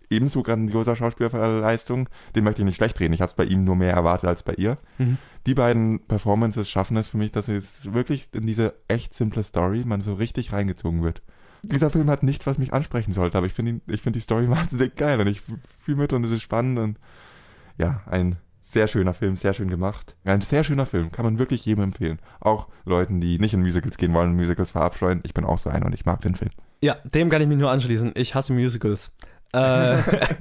ebenso grandioser Schauspielerleistung. Den möchte ich nicht schlecht reden. Ich habe es bei ihm nur mehr erwartet als bei ihr. Mhm. Die beiden Performances schaffen es für mich, dass es wirklich in diese echt simple Story man so richtig reingezogen wird. Dieser Film hat nichts, was mich ansprechen sollte, aber ich finde ich finde die Story wahnsinnig geil und ich fühle mit und es ist spannend und ja, ein sehr schöner Film, sehr schön gemacht. Ein sehr schöner Film, kann man wirklich jedem empfehlen. Auch Leuten, die nicht in Musicals gehen wollen und Musicals verabscheuen. Ich bin auch so einer und ich mag den Film. Ja, dem kann ich mich nur anschließen. Ich hasse Musicals. äh,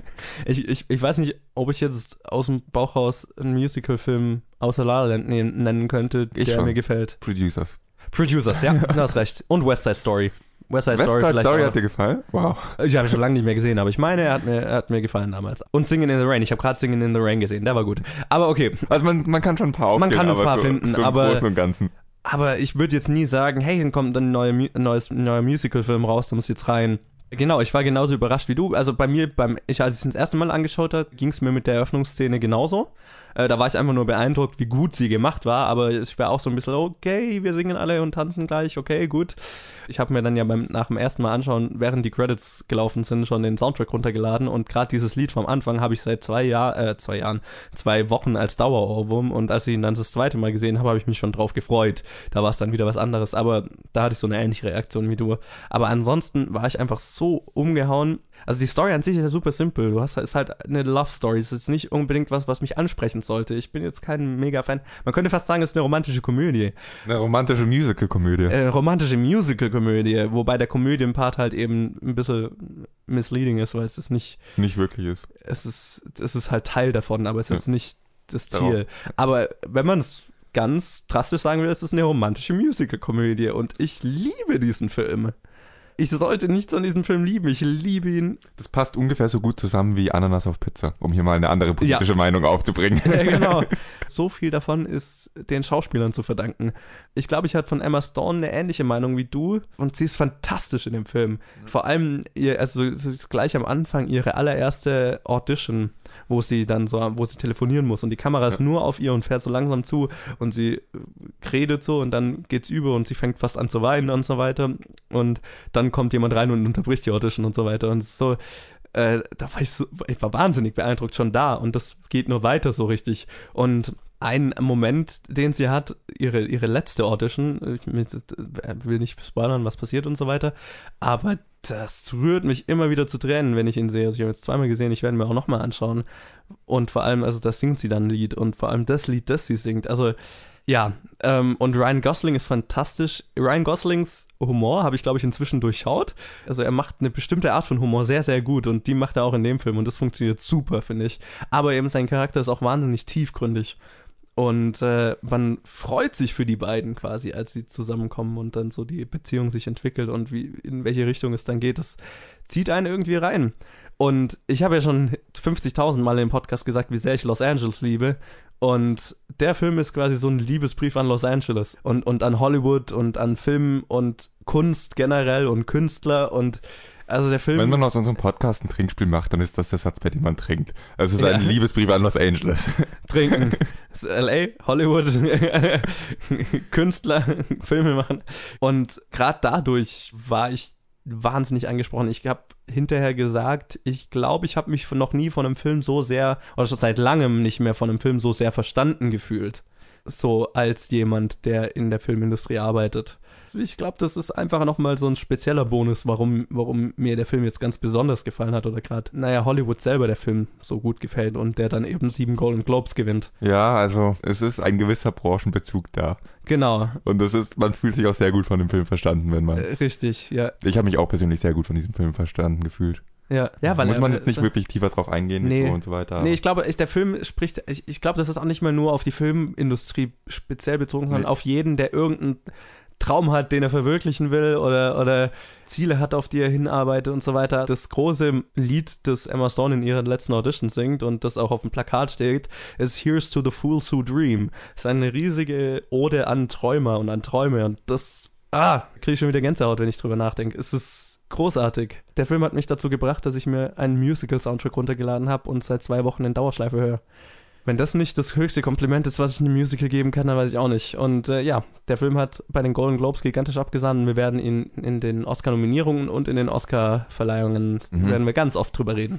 ich, ich, ich weiß nicht, ob ich jetzt aus dem Bauch raus einen Musical-Film außer La La Land nennen könnte, ich der schon. mir gefällt. Producers. Producers, ja, du hast recht. Und West Side Story. West Side West Story Side vielleicht Story auch. hat dir gefallen? Wow. Ich habe ihn schon lange nicht mehr gesehen, aber ich meine, er hat mir, er hat mir gefallen damals. Und Singing in the Rain. Ich habe gerade Singing in the Rain gesehen, der war gut. Aber okay. Also man, man kann schon ein paar aufgehen, Man kann ein paar so, finden, so im aber... Großen und Ganzen. Aber ich würde jetzt nie sagen, hey, dann kommt ein neuer, ein neues, ein neuer Musical-Film raus, da muss jetzt rein. Genau, ich war genauso überrascht wie du. Also bei mir, beim ich, als ich es das erste Mal angeschaut habe, ging es mir mit der Eröffnungsszene genauso. Äh, da war ich einfach nur beeindruckt, wie gut sie gemacht war, aber ich war auch so ein bisschen, okay, wir singen alle und tanzen gleich, okay, gut. Ich habe mir dann ja beim, nach dem ersten Mal anschauen, während die Credits gelaufen sind, schon den Soundtrack runtergeladen und gerade dieses Lied vom Anfang habe ich seit zwei Jahren, äh, zwei Jahren, zwei Wochen als Dauerohrwurm und als ich ihn dann das zweite Mal gesehen habe, habe ich mich schon drauf gefreut. Da war es dann wieder was anderes, aber da hatte ich so eine ähnliche Reaktion wie du. Aber ansonsten war ich einfach so umgehauen. Also die Story an sich ist ja super simpel. Du hast ist halt eine Love Story. Es ist nicht unbedingt was, was mich ansprechen sollte. Ich bin jetzt kein Mega-Fan. Man könnte fast sagen, es ist eine romantische Komödie. Eine romantische Musical-Komödie. Äh, romantische Musical-Komödie, wobei der Komödienpart halt eben ein bisschen misleading ist, weil es ist nicht... Nicht wirklich ist. Es ist, es ist halt Teil davon, aber es ist ja. nicht das Ziel. Darauf. Aber wenn man es ganz drastisch sagen will, es ist eine romantische Musical-Komödie und ich liebe diesen Film. Ich sollte nichts an diesem Film lieben. Ich liebe ihn. Das passt ungefähr so gut zusammen wie Ananas auf Pizza, um hier mal eine andere politische ja. Meinung aufzubringen. Ja, genau. So viel davon ist den Schauspielern zu verdanken. Ich glaube, ich hatte von Emma Stone eine ähnliche Meinung wie du und sie ist fantastisch in dem Film. Vor allem, ihr, also es ist gleich am Anfang ihre allererste Audition, wo sie dann so, wo sie telefonieren muss und die Kamera ist ja. nur auf ihr und fährt so langsam zu und sie redet so und dann geht's über und sie fängt fast an zu weinen und so weiter und dann kommt jemand rein und unterbricht die Audition und so weiter und so, äh, da war ich so, ich war wahnsinnig beeindruckt schon da und das geht nur weiter so richtig und ein Moment, den sie hat, ihre, ihre letzte Audition, ich will nicht spoilern, was passiert und so weiter, aber das rührt mich immer wieder zu Tränen, wenn ich ihn sehe. Also ich habe jetzt zweimal gesehen, ich werde mir auch nochmal anschauen und vor allem, also da singt sie dann ein Lied und vor allem das Lied, das sie singt, also ja, ähm, und Ryan Gosling ist fantastisch. Ryan Goslings Humor habe ich, glaube ich, inzwischen durchschaut. Also er macht eine bestimmte Art von Humor sehr, sehr gut und die macht er auch in dem Film und das funktioniert super, finde ich. Aber eben sein Charakter ist auch wahnsinnig tiefgründig und äh, man freut sich für die beiden quasi, als sie zusammenkommen und dann so die Beziehung sich entwickelt und wie in welche Richtung es dann geht. Das zieht einen irgendwie rein. Und ich habe ja schon fünfzigtausend Mal im Podcast gesagt, wie sehr ich Los Angeles liebe. Und der Film ist quasi so ein Liebesbrief an Los Angeles und, und an Hollywood und an Film und Kunst generell und Künstler und also der Film... Wenn man aus unserem Podcast ein Trinkspiel macht, dann ist das der Satz, bei dem man trinkt. Also es ist ja. ein Liebesbrief an Los Angeles. Trinken. Das ist L A, Hollywood, Künstler, Filme machen. Und gerade dadurch war ich wahnsinnig angesprochen. Ich habe hinterher gesagt, ich glaube, ich habe mich noch nie von einem Film so sehr, oder schon seit langem nicht mehr von einem Film so sehr verstanden gefühlt. So als jemand, der in der Filmindustrie arbeitet. Ich glaube, das ist einfach nochmal so ein spezieller Bonus, warum, warum mir der Film jetzt ganz besonders gefallen hat oder gerade, naja, Hollywood selber der Film so gut gefällt und der dann eben sieben Golden Globes gewinnt. Ja, also es ist ein gewisser Branchenbezug da. Genau. Und das ist, man fühlt sich auch sehr gut von dem Film verstanden, wenn man... Äh, richtig, ja. Ich habe mich auch persönlich sehr gut von diesem Film verstanden gefühlt. Ja, ja, weil muss man jetzt nicht wirklich tiefer drauf eingehen nee, so und so weiter. Nee, ich glaube, ich, der Film spricht, ich, ich glaube, das ist auch nicht mal nur auf die Filmindustrie speziell bezogen, sondern nee. auf jeden, der irgendeinen Traum hat, den er verwirklichen will oder, oder Ziele hat, auf die er hinarbeitet und so weiter. Das große Lied, das Emma Stone in ihrer letzten Audition singt und das auch auf dem Plakat steht, ist Here's to the Fools Who Dream. Das ist eine riesige Ode an Träumer und an Träume und das, ah, kriege ich schon wieder Gänsehaut, wenn ich drüber nachdenke. Es ist großartig. Der Film hat mich dazu gebracht, dass ich mir einen Musical-Soundtrack runtergeladen habe und seit zwei Wochen in Dauerschleife höre. Wenn das nicht das höchste Kompliment ist, was ich einem Musical geben kann, dann weiß ich auch nicht. Und äh, ja, der Film hat bei den Golden Globes gigantisch abgesahnt. Wir werden ihn in den Oscar-Nominierungen und in den Oscar-Verleihungen mhm. werden wir ganz oft drüber reden.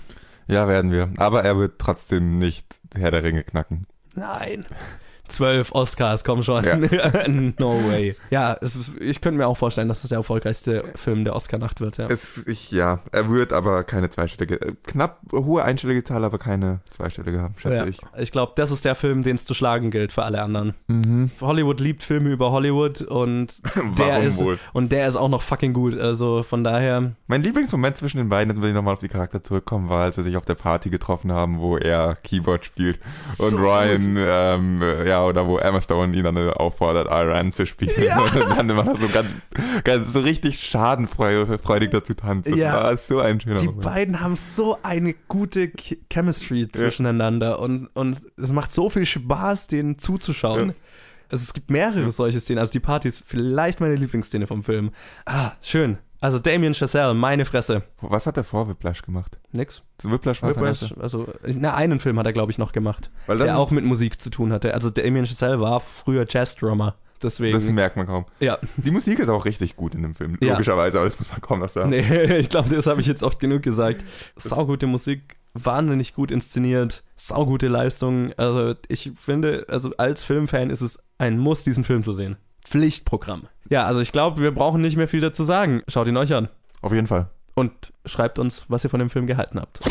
Ja, werden wir. Aber er wird trotzdem nicht Herr der Ringe knacken. Nein. Zwölf Oscars, komm schon. Ja. No way. Ja, es ist, ich könnte mir auch vorstellen, dass das der erfolgreichste Film der Oscar-Nacht wird. Ja. Es, ich, ja, er wird aber keine zweistellige, äh, knapp hohe einstellige Zahl, aber keine zweistellige haben, schätze Ja. ich. Ich glaube, das ist der Film, den es zu schlagen gilt für alle anderen. Mhm. Hollywood liebt Filme über Hollywood und der Warum ist wohl? und der ist auch noch fucking gut. Also von daher. Mein Lieblingsmoment zwischen den beiden, jetzt will ich nochmal auf die Charakter zurückkommen, war, als sie sich auf der Party getroffen haben, wo er Keyboard spielt und So Ryan, ähm, ja, oder wo Emma Stone ihn dann auffordert, Iran zu spielen. Ja. Und dann immer noch so ganz, ganz so richtig schadenfreudig dazu tanzt. Das Ja. war so ein schöner Die Moment. beiden haben so eine gute Ch- Chemistry zwischeneinander und, und es macht so viel Spaß, denen zuzuschauen. Ja. Also es gibt mehrere solche Szenen. Also die Party ist vielleicht meine Lieblingsszene vom Film. Ah, schön. Also Damien Chazelle, meine Fresse. Was hat er vor Whiplash gemacht? Nix. Whiplash war sein Whiplash, erster? also na, einen Film hat er, glaube ich, noch gemacht, Weil das der ist- auch mit Musik zu tun hatte. Also Damien Chazelle war früher Jazz-Drummer. Deswegen. Das merkt man kaum. Ja. Die Musik ist auch richtig gut in dem Film, Ja. logischerweise, aber das muss man kaum noch sagen. Nee, ich glaube, das habe ich jetzt oft genug gesagt. Saugute Musik, wahnsinnig gut inszeniert, saugute Leistung. Also ich finde, also als Filmfan ist es ein Muss, diesen Film zu sehen. Pflichtprogramm. Ja, also ich glaube, wir brauchen nicht mehr viel dazu sagen. Schaut ihn euch an Auf jeden Fall. und schreibt uns, was ihr von dem Film gehalten habt.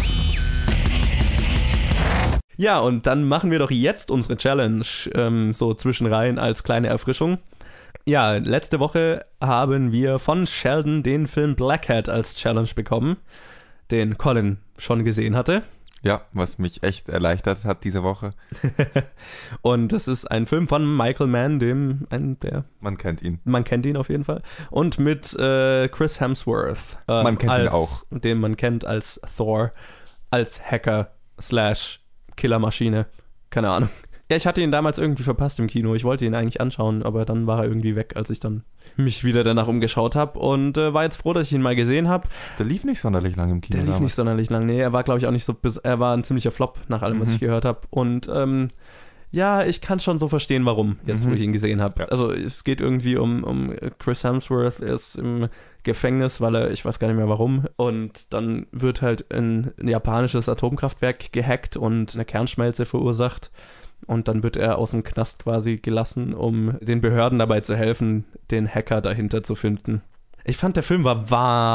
Ja, und dann machen wir doch jetzt unsere Challenge ähm, so zwischenrein als kleine Erfrischung. Ja, letzte Woche haben wir von Sheldon den Film Black Hat als Challenge bekommen, den Colin schon gesehen hatte. Ja, was mich echt erleichtert hat diese Woche. Und das ist ein Film von Michael Mann, dem, ein, der, Man kennt ihn. man kennt ihn auf jeden Fall. Und mit äh, Chris Hemsworth. Äh, Man kennt ihn als, auch. Den man kennt als Thor, als Hacker slash Killermaschine. Keine Ahnung. Ja, ich hatte ihn damals irgendwie verpasst im Kino. Ich wollte ihn eigentlich anschauen, aber dann war er irgendwie weg, als ich dann mich wieder danach umgeschaut habe. Und äh, war jetzt froh, dass ich ihn mal gesehen habe. Der lief nicht sonderlich lange im Kino. Der lief damals. nicht sonderlich lang. Nee, er war, glaube ich, auch nicht so... Bis, er war ein ziemlicher Flop, nach allem, was Mhm. ich gehört habe. Und ähm, ja, ich kann schon so verstehen, warum, jetzt Mhm. wo ich ihn gesehen habe. Ja. Also es geht irgendwie um, um Chris Hemsworth. Er ist im Gefängnis, weil er, ich weiß gar nicht mehr warum. Und dann wird halt ein, ein japanisches Atomkraftwerk gehackt und eine Kernschmelze verursacht. Und dann wird er aus dem Knast quasi gelassen, um den Behörden dabei zu helfen, den Hacker dahinter zu finden. Ich fand, der Film war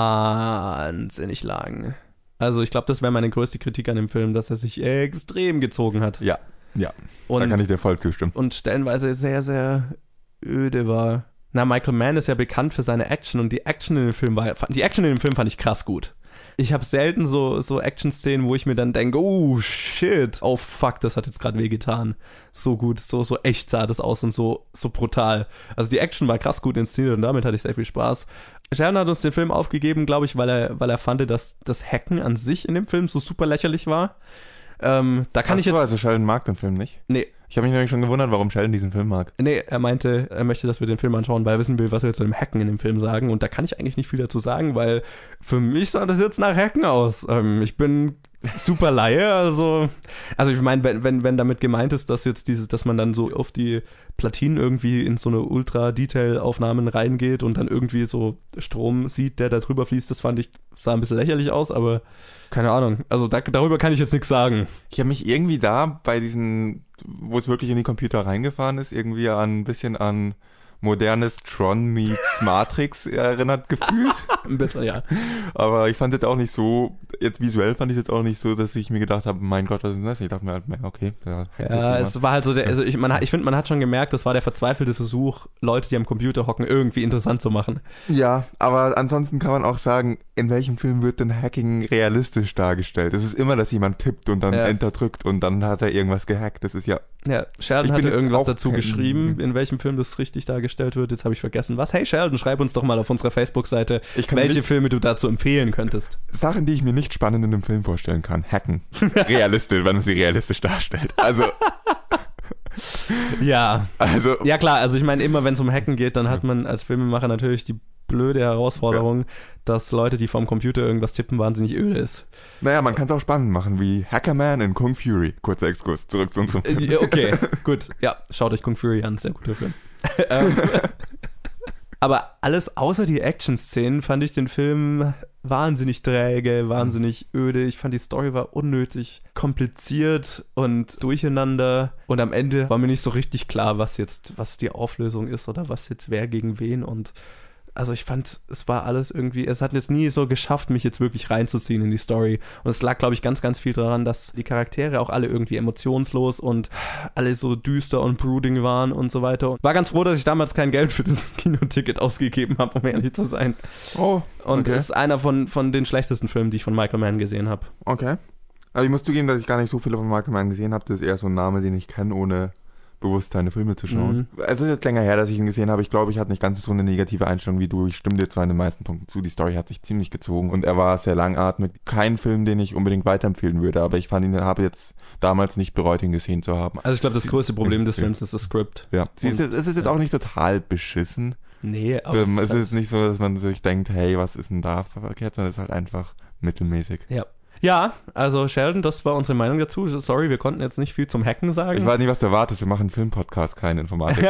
wahnsinnig lang. Also ich glaube, das wäre meine größte Kritik an dem Film, dass er sich extrem gezogen hat. Ja, ja. da Und, kann ich dir voll zustimmen. und stellenweise sehr, sehr öde war. Na, Michael Mann ist ja bekannt für seine Action und die Action in dem Film war, die Action in dem Film fand ich krass gut. Ich habe selten so, so Action-Szenen, wo ich mir dann denke, oh shit, oh fuck, das hat jetzt gerade wehgetan. So gut, so, so echt sah das aus und so, so brutal. Also die Action war krass gut inszeniert und damit hatte ich sehr viel Spaß. Sheldon hat uns den Film aufgegeben, glaube ich, weil er, weil er fand, dass das Hacken an sich in dem Film so super lächerlich war. Ähm, da kann Ach ich so, jetzt... also Sheldon mag den Film nicht? Nee, Ich habe mich nämlich schon gewundert, warum Sheldon diesen Film mag. Nee, er meinte, er möchte, dass wir den Film anschauen, weil er wissen will, was wir zu dem Hacken in dem Film sagen. Und da kann ich eigentlich nicht viel dazu sagen, weil für mich sah das jetzt nach Hacken aus. Ähm, ich bin super Laie, also also ich meine, wenn, wenn, wenn damit gemeint ist, dass jetzt dieses, dass man dann so auf die Platinen irgendwie in so eine Ultra-Detail-Aufnahmen reingeht und dann irgendwie so Strom sieht, der da drüber fließt, das fand ich, sah ein bisschen lächerlich aus, aber keine Ahnung. Also da, darüber kann ich jetzt nichts sagen. Ich habe mich irgendwie da bei diesen, wo es wirklich in die Computer reingefahren ist, irgendwie an ein bisschen an modernes Tron meets Matrix erinnert gefühlt. Ein bisschen, ja. Aber ich fand jetzt auch nicht so, jetzt visuell fand ich jetzt auch nicht so, dass ich mir gedacht habe, mein Gott, was ist denn das? Ich dachte mir halt, okay. Ja, Ja, es war halt so der, also ich, man, ich finde, man hat schon gemerkt, das war der verzweifelte Versuch, Leute, die am Computer hocken, irgendwie interessant zu machen. ja, aber ansonsten kann man auch sagen, in welchem Film wird denn Hacking realistisch dargestellt? Es ist immer, dass jemand tippt und dann Ja. Enter drückt und dann hat er irgendwas gehackt. Das ist ja, Ja, Sheldon Ich bin hatte jetzt irgendwas auch dazu kein- geschrieben, in welchem Film das richtig dargestellt wird. Jetzt habe ich vergessen, was. Hey Sheldon, schreib uns doch mal auf unserer Facebook-Seite, ich kann mir welche nicht, Filme du dazu empfehlen könntest. Sachen, die ich mir nicht spannend in einem Film vorstellen kann. Hacken. Realistisch, wenn man sie realistisch darstellt. Also, Ja, also, ja klar, also ich meine, immer wenn es um Hacken geht, dann hat man als Filmemacher natürlich die blöde Herausforderung, dass Leute, die vom Computer irgendwas tippen, wahnsinnig öde ist. naja, man kann es auch spannend machen, wie Hackerman in Kung Fury. Kurzer Exkurs, zurück zu unserem Film. Äh, Okay, gut. Ja, schaut euch Kung Fury an, sehr guter Film. ähm, Aber alles außer die Action-Szenen fand ich den Film wahnsinnig träge, wahnsinnig öde. Ich fand, die Story war unnötig kompliziert und durcheinander. Und am Ende war mir nicht so richtig klar, was jetzt, was die Auflösung ist oder was jetzt wer gegen wen. Und also ich fand, es war alles irgendwie, es hat jetzt nie so geschafft, mich jetzt wirklich reinzuziehen in die Story. Und es lag, glaube ich, ganz, ganz viel daran, dass die Charaktere auch alle irgendwie emotionslos und alle so düster und brooding waren und so weiter. Und war ganz froh, dass ich damals kein Geld für das Kinoticket ausgegeben habe, um ehrlich zu sein. Oh, Und okay. ist einer von, von den schlechtesten Filmen, die ich von Michael Mann gesehen habe. Okay. Also ich muss zugeben, dass ich gar nicht so viele von Michael Mann gesehen habe. Das ist eher so ein Name, den ich kenne, ohne bewusst seine Filme zu schauen. Mhm. Es ist jetzt länger her, dass ich ihn gesehen habe. Ich glaube, ich hatte nicht ganz so eine negative Einstellung wie du. Ich stimme dir zwar in den meisten Punkten zu. Die Story hat sich ziemlich gezogen und er war sehr langatmig. Kein Film, den ich unbedingt weiterempfehlen würde, aber ich fand ihn, habe jetzt damals nicht bereut, ihn gesehen zu haben. Also ich glaube, das größte Problem des Films ist das Skript. Ja. Sie ist, Und- es ist jetzt auch nicht total beschissen. Nee, aber Ähm, es es ist ist nicht so, dass man sich denkt, hey, was ist denn da verkehrt, sondern es ist halt einfach mittelmäßig. ja. Ja, also Sheldon, das war unsere Meinung dazu. Sorry, wir konnten jetzt nicht viel zum Hacken sagen. Ich weiß nicht, was du erwartest. Wir machen einen Filmpodcast, keinen Informatik.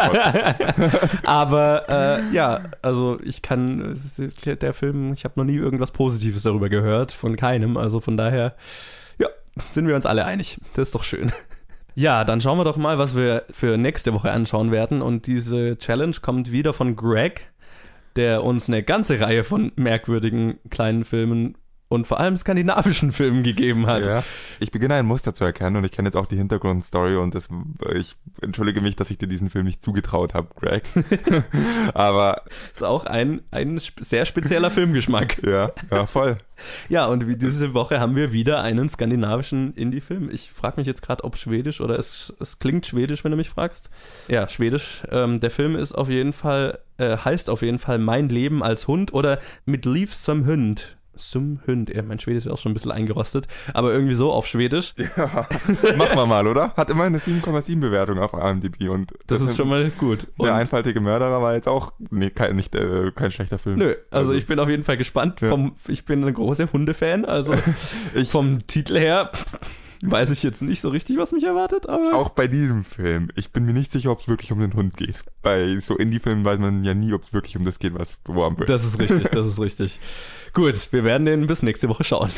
Aber äh, ja, also ich kann, der Film, ich habe noch nie irgendwas Positives darüber gehört, von keinem. Also von daher, ja, sind wir uns alle einig. Das ist doch schön. Ja, dann schauen wir doch mal, was wir für nächste Woche anschauen werden. Und diese Challenge kommt wieder von Greg, der uns eine ganze Reihe von merkwürdigen kleinen Filmen und vor allem skandinavischen Filmen gegeben hat. Ja, ich beginne ein Muster zu erkennen und ich kenne jetzt auch die Hintergrundstory und das, ich entschuldige mich, dass ich dir diesen Film nicht zugetraut habe, Greg. Aber Ist auch ein, ein sp- sehr spezieller Filmgeschmack. ja, ja, voll. Ja, und wie diese Woche haben wir wieder einen skandinavischen Indie-Film. Ich frage mich jetzt gerade, ob schwedisch oder es, es klingt schwedisch, wenn du mich fragst. Ja, schwedisch. Ähm, der Film ist auf jeden Fall, äh, heißt auf jeden Fall Mein Leben als Hund oder Mit Liv som Hund. Zum Hund. Ja, mein Schwedisch ist auch schon ein bisschen eingerostet, aber irgendwie so auf Schwedisch. Ja, machen wir mal, oder? Hat immer eine sieben Komma sieben Bewertung auf I M D B und Das ist schon mal gut. Und der einfältige Mörderer war jetzt auch nee, kein, nicht, äh, kein schlechter Film. nö, also ich bin auf jeden Fall gespannt. Ja. Vom, ich bin ein großer Hundefan, also Ich- vom Titel her weiß ich jetzt nicht so richtig, was mich erwartet, aber Auch bei diesem Film. Ich bin mir nicht sicher, ob es wirklich um den Hund geht. Bei so Indie-Filmen weiß man ja nie, ob es wirklich um das geht, was beworben wird. das ist richtig, das ist richtig. Gut, wir werden den bis nächste Woche schauen.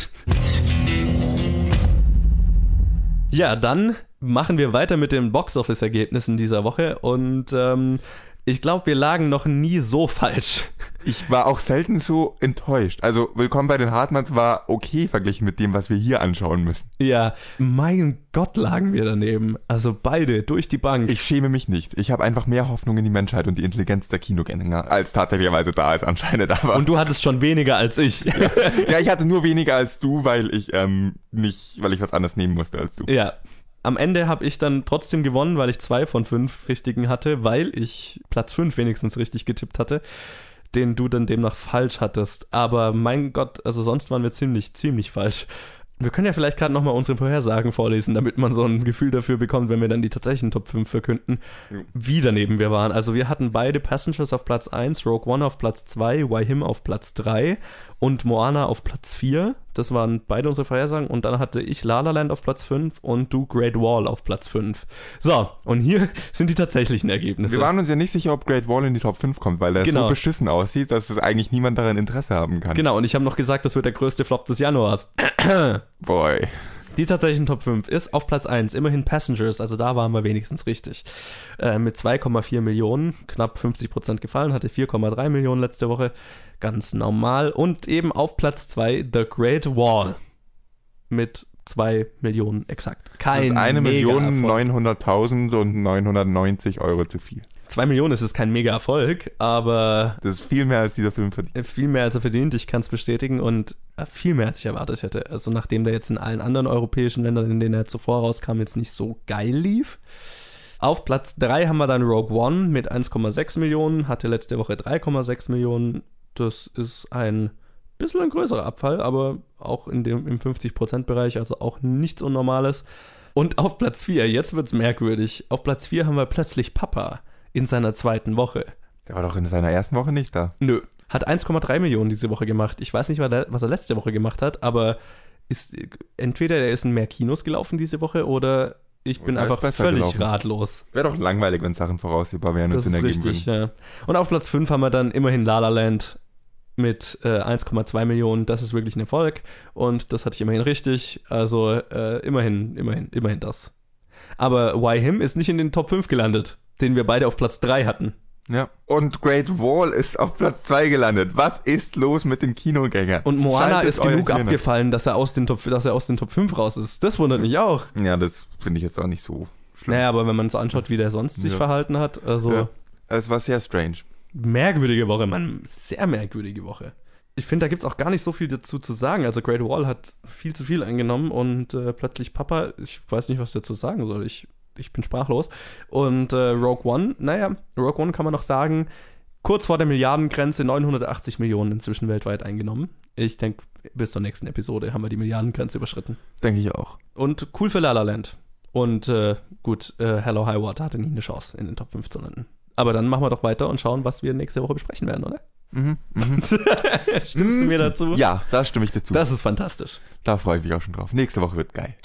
Ja, dann machen wir weiter mit den Box-Office-Ergebnissen dieser Woche und ähm, ich glaube, wir lagen noch nie so falsch. Ich war auch selten so enttäuscht. Also Willkommen bei den Hartmanns war okay verglichen mit dem, was wir hier anschauen müssen. Ja, mein Gott, lagen wir daneben. Also beide, durch die Bank. Ich schäme mich nicht. Ich habe einfach mehr Hoffnung in die Menschheit und die Intelligenz der Kinogänger, als tatsächlicherweise da ist anscheinend da war. Und du hattest schon weniger als ich. Ja. Ja, ich hatte nur weniger als du, weil ich ähm, nicht, weil ich was anderes nehmen musste als du. Ja. Am Ende habe ich dann trotzdem gewonnen, weil ich zwei von fünf richtigen hatte, weil ich Platz fünf wenigstens richtig getippt hatte, den du dann demnach falsch hattest. Aber mein Gott, also sonst waren wir ziemlich, ziemlich falsch. Wir können ja vielleicht gerade nochmal unsere Vorhersagen vorlesen, damit man so ein Gefühl dafür bekommt, wenn wir dann die tatsächlichen Top fünf verkünden, wie daneben wir waren. Also wir hatten beide Passengers auf Platz eins, Rogue One auf Platz zwei, Why Him auf Platz drei und Moana auf Platz vier. Das waren beide unsere Vorhersagen. Und dann hatte ich La La Land auf Platz fünf und du Great Wall auf Platz fünf. So, und hier sind die tatsächlichen Ergebnisse. Wir waren uns ja nicht sicher, ob Great Wall in die Top fünf kommt, weil er Genau. so beschissen aussieht, dass es eigentlich niemand daran Interesse haben kann. Genau, und ich habe noch gesagt, das wird der größte Flop des Januars. Boy. Die tatsächlichen Top fünf ist auf Platz eins immerhin Passengers, also da waren wir wenigstens richtig. Äh, mit zwei Komma vier Millionen, knapp fünfzig Prozent gefallen, hatte vier Komma drei Millionen letzte Woche, ganz normal. Und eben auf Platz zwei The Great Wall mit zwei Millionen exakt. Kein eine Million Mega-Erfolg. neunhunderttausend und neunhundertneunzig Euro zu viel. Zwei Millionen ist es kein Mega-Erfolg, aber Das ist viel mehr, als dieser Film verdient. viel mehr als er verdient, ich kann es bestätigen und viel mehr als ich erwartet hätte. Also nachdem der jetzt in allen anderen europäischen Ländern, in denen er zuvor rauskam, jetzt nicht so geil lief. Auf Platz drei haben wir dann Rogue One mit eins Komma sechs Millionen, hatte letzte Woche drei Komma sechs Millionen. Das ist ein bisschen ein größerer Abfall, aber auch in dem, im fünfzig Prozent Bereich, also auch nichts Unnormales. Und auf Platz vier, jetzt wird's merkwürdig, auf Platz vier haben wir plötzlich Papa in seiner zweiten Woche. Der war doch in seiner ersten Woche nicht da. Nö, hat eins Komma drei Millionen diese Woche gemacht. Ich weiß nicht, was er letzte Woche gemacht hat, aber ist entweder er ist in mehr Kinos gelaufen diese Woche oder Ich bin Oder ist einfach besser völlig gelaufen. ratlos. Wäre doch langweilig, wenn Sachen voraussehbar wären und Das Sinn ist ergeben richtig, würden. ja. Und auf Platz fünf haben wir dann immerhin La La Land mit äh, eins Komma zwei Millionen. Das ist wirklich ein Erfolg. Und das hatte ich immerhin richtig. Also äh, immerhin, immerhin, immerhin das. Aber Why Him ist nicht in den Top fünf gelandet, den wir beide auf Platz drei hatten. Ja. Und Great Wall ist auf Platz zwei gelandet. Was ist los mit den Kinogängern? Und Moana Schaltet ist euer genug Gehirn. abgefallen, dass er aus den Top, dass er aus den Top fünf raus ist. Das wundert mich auch. Ja, das finde ich jetzt auch nicht so schlimm. Naja, aber wenn man so anschaut, wie der sonst sich Ja. verhalten hat, also Ja. Es war sehr strange. merkwürdige Woche, man, sehr merkwürdige Woche. Ich finde, da gibt es auch gar nicht so viel dazu zu sagen. Also Great Wall hat viel zu viel eingenommen und äh, plötzlich Papa, ich weiß nicht, was ich dazu sagen soll. Ich, ich bin sprachlos. Und äh, Rogue One, naja, Rogue One kann man noch sagen, kurz vor der Milliardengrenze neunhundertachtzig Millionen inzwischen weltweit eingenommen. Ich denke, bis zur nächsten Episode haben wir die Milliardengrenze überschritten. Denke ich auch. Und cool für La La Land. Und äh, gut, äh, Hello High Water hatte nie eine Chance, in den Top fünf zu landen. Aber dann machen wir doch weiter und schauen, was wir nächste Woche besprechen werden, oder? Mhm, mhm. Stimmst du mir dazu? Ja, da stimme ich dir zu. Das ist fantastisch. Da freue ich mich auch schon drauf. Nächste Woche wird geil.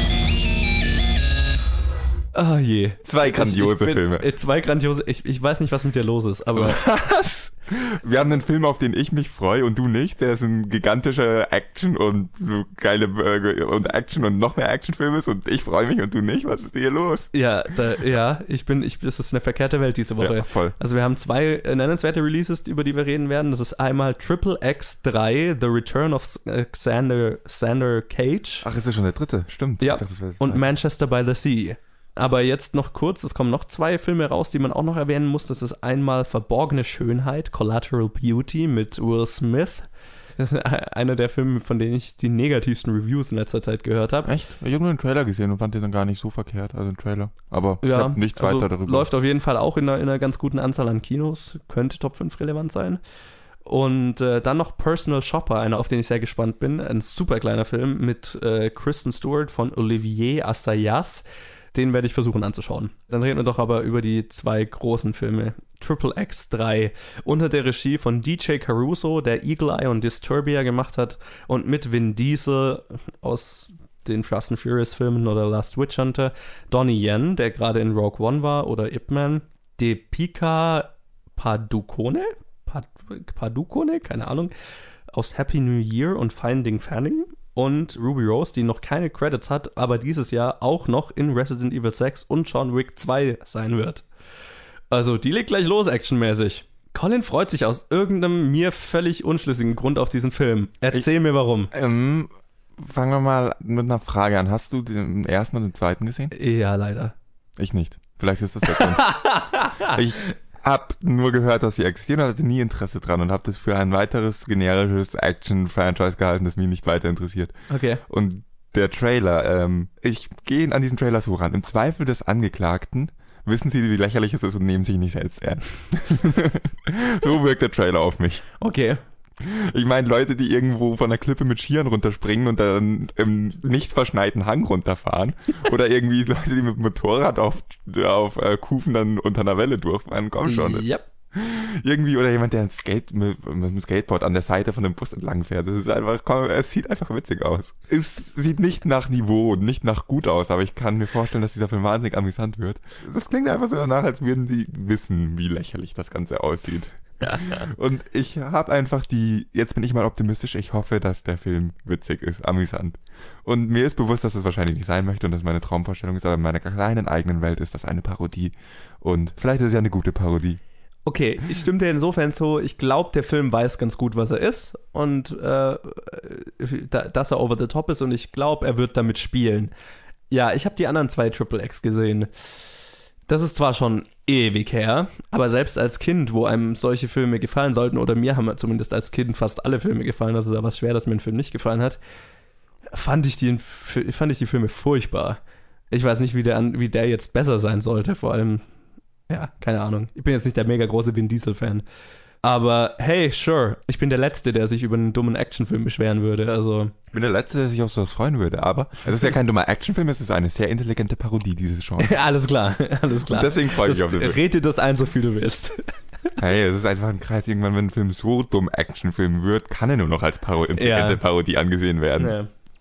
Ah je. Zwei grandiose ich, ich bin, Filme. äh, Zwei grandiose. Ich, ich weiß nicht, was mit dir los ist, aber Was? Wir haben einen Film, auf den ich mich freue und du nicht. Der ist ein gigantischer Action und so geile äh, und Action und noch mehr Actionfilm ist und ich freue mich und du nicht. Was ist hier los? ja, da, ja, ich bin, ich, das ist eine verkehrte Welt diese Woche. Ja, voll. Also wir haben zwei äh, nennenswerte Releases, über die wir reden werden. Das ist einmal Triple X drei, The Return of äh, Xander, Xander Cage. Ach, ist das schon der dritte? Stimmt. Ja. Ich dachte, das wäre das Und zweite. Manchester by the Sea. Aber jetzt noch kurz, es kommen noch zwei Filme raus, die man auch noch erwähnen muss. Das ist einmal Verborgene Schönheit, Collateral Beauty mit Will Smith. Das ist einer der Filme, von denen ich die negativsten Reviews in letzter Zeit gehört habe. Echt? Ich habe nur den Trailer gesehen und fand den dann gar nicht so verkehrt, also den Trailer. Aber ich Ja, habe nicht also weiter darüber. läuft auf jeden Fall auch in einer, in einer ganz guten Anzahl an Kinos. Könnte Top fünf relevant sein. Und äh, dann noch Personal Shopper, einer, auf den ich sehr gespannt bin. Ein super kleiner Film mit äh, Kristen Stewart von Olivier Assayas. Den werde ich versuchen anzuschauen. Dann reden wir doch aber über die zwei großen Filme. Triple X drei unter der Regie von D J Caruso, der Eagle Eye und Disturbia gemacht hat und mit Vin Diesel aus den Fast and Furious Filmen oder Last Witch Hunter, Donnie Yen, der gerade in Rogue One war, oder Ip Man, Deepika Padukone, Pad, Padukone, keine Ahnung, aus Happy New Year und Finding Fanny und Ruby Rose, die noch keine Credits hat, aber dieses Jahr auch noch in Resident Evil sechs und John Wick zwei sein wird. Also die legt gleich los, actionmäßig. Colin freut sich aus irgendeinem mir völlig unschlüssigen Grund auf diesen Film. Erzähl Ich- mir warum. Ähm, fangen wir mal mit einer Frage an. Hast du den ersten und den zweiten gesehen? Ja, leider. Ich nicht. Vielleicht ist das der Grund. Ich hab nur gehört, dass sie existieren und hatte nie Interesse dran und habe das für ein weiteres generisches Action-Franchise gehalten, das mich nicht weiter interessiert. Okay. Und der Trailer, ähm, ich gehe an diesen Trailer so ran. Im Zweifel des Angeklagten wissen sie, wie lächerlich es ist und nehmen sich nicht selbst ernst. So wirkt der Trailer auf mich. Okay. Ich meine, Leute, die irgendwo von der Klippe mit Skiern runterspringen und dann im nicht verschneiten Hang runterfahren. Oder irgendwie Leute, die mit dem Motorrad auf, auf äh, Kufen dann unter einer Welle durchfahren. Komm schon. Yep. Irgendwie, oder jemand, der ein Skate mit, mit dem Skateboard an der Seite von dem Bus entlang fährt. Das ist einfach, komm, es sieht einfach witzig aus. Es sieht nicht nach Niveau und nicht nach gut aus, aber ich kann mir vorstellen, dass dieser Film wahnsinnig amüsant wird. Das klingt einfach so danach, als würden die wissen, wie lächerlich das Ganze aussieht. Und ich habe einfach die, jetzt bin ich mal optimistisch, ich hoffe, dass der Film witzig ist, amüsant. Und mir ist bewusst, dass es wahrscheinlich nicht sein möchte und dass meine Traumvorstellung ist, aber in meiner kleinen eigenen Welt ist das eine Parodie. Und vielleicht ist es ja eine gute Parodie. Okay, ich stimme dir insofern zu, ich glaube, der Film weiß ganz gut, was er ist und äh, da, dass er over the top ist und ich glaube, er wird damit spielen. Ja, ich habe die anderen zwei Triple X gesehen. Das ist zwar schon ewig her, aber selbst als Kind, wo einem solche Filme gefallen sollten, oder mir haben zumindest als Kind fast alle Filme gefallen, also da war es schwer, dass mir ein Film nicht gefallen hat, fand ich die, fand ich die Filme furchtbar. Ich weiß nicht, wie der, wie der jetzt besser sein sollte, vor allem, ja, keine Ahnung. Ich bin jetzt nicht der mega große Vin Diesel-Fan. Aber hey, sure, ich bin der Letzte, der sich über einen dummen Actionfilm beschweren würde, also... Ich bin der Letzte, der sich auf sowas freuen würde, aber es ist ja kein dummer Actionfilm, es ist eine sehr intelligente Parodie dieses Genres. alles klar, alles klar. Und deswegen freue ich mich Das- auf den Film. Red dir das ein, so viel du willst. Hey, es ist einfach ein Kreis. Irgendwann, wenn ein Film so dumm Actionfilm wird, kann er nur noch als Paro intelligente Ja. Parodie angesehen werden. Ja.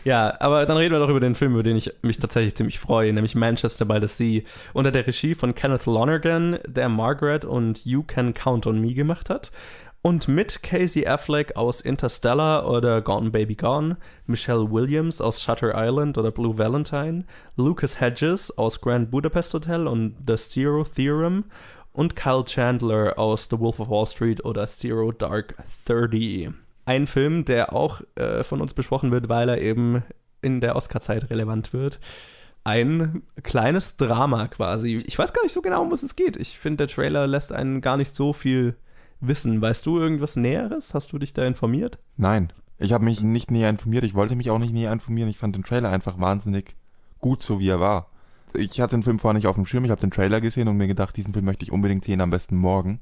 Ja, aber dann reden wir doch über den Film, über den ich mich tatsächlich ziemlich freue, nämlich Manchester by the Sea, unter der Regie von Kenneth Lonergan, der Margaret und You Can Count on Me gemacht hat. Und mit Casey Affleck aus Interstellar oder Gone Baby Gone, Michelle Williams aus Shutter Island oder Blue Valentine, Lucas Hedges aus Grand Budapest Hotel und The Zero Theorem und Kyle Chandler aus The Wolf of Wall Street oder Zero Dark Thirty. Ein Film, der auch äh, von uns besprochen wird, weil er eben in der Oscar-Zeit relevant wird. Ein kleines Drama quasi. Ich weiß gar nicht so genau, um was es geht. Ich finde, der Trailer lässt einen gar nicht so viel wissen. Weißt du irgendwas Näheres? Hast du dich da informiert? Nein, ich habe mich nicht näher informiert. Ich wollte mich auch nicht näher informieren. Ich fand den Trailer einfach wahnsinnig gut, so wie er war. Ich hatte den Film vorher nicht auf dem Schirm. Ich habe den Trailer gesehen und mir gedacht, diesen Film möchte ich unbedingt sehen, am besten morgen.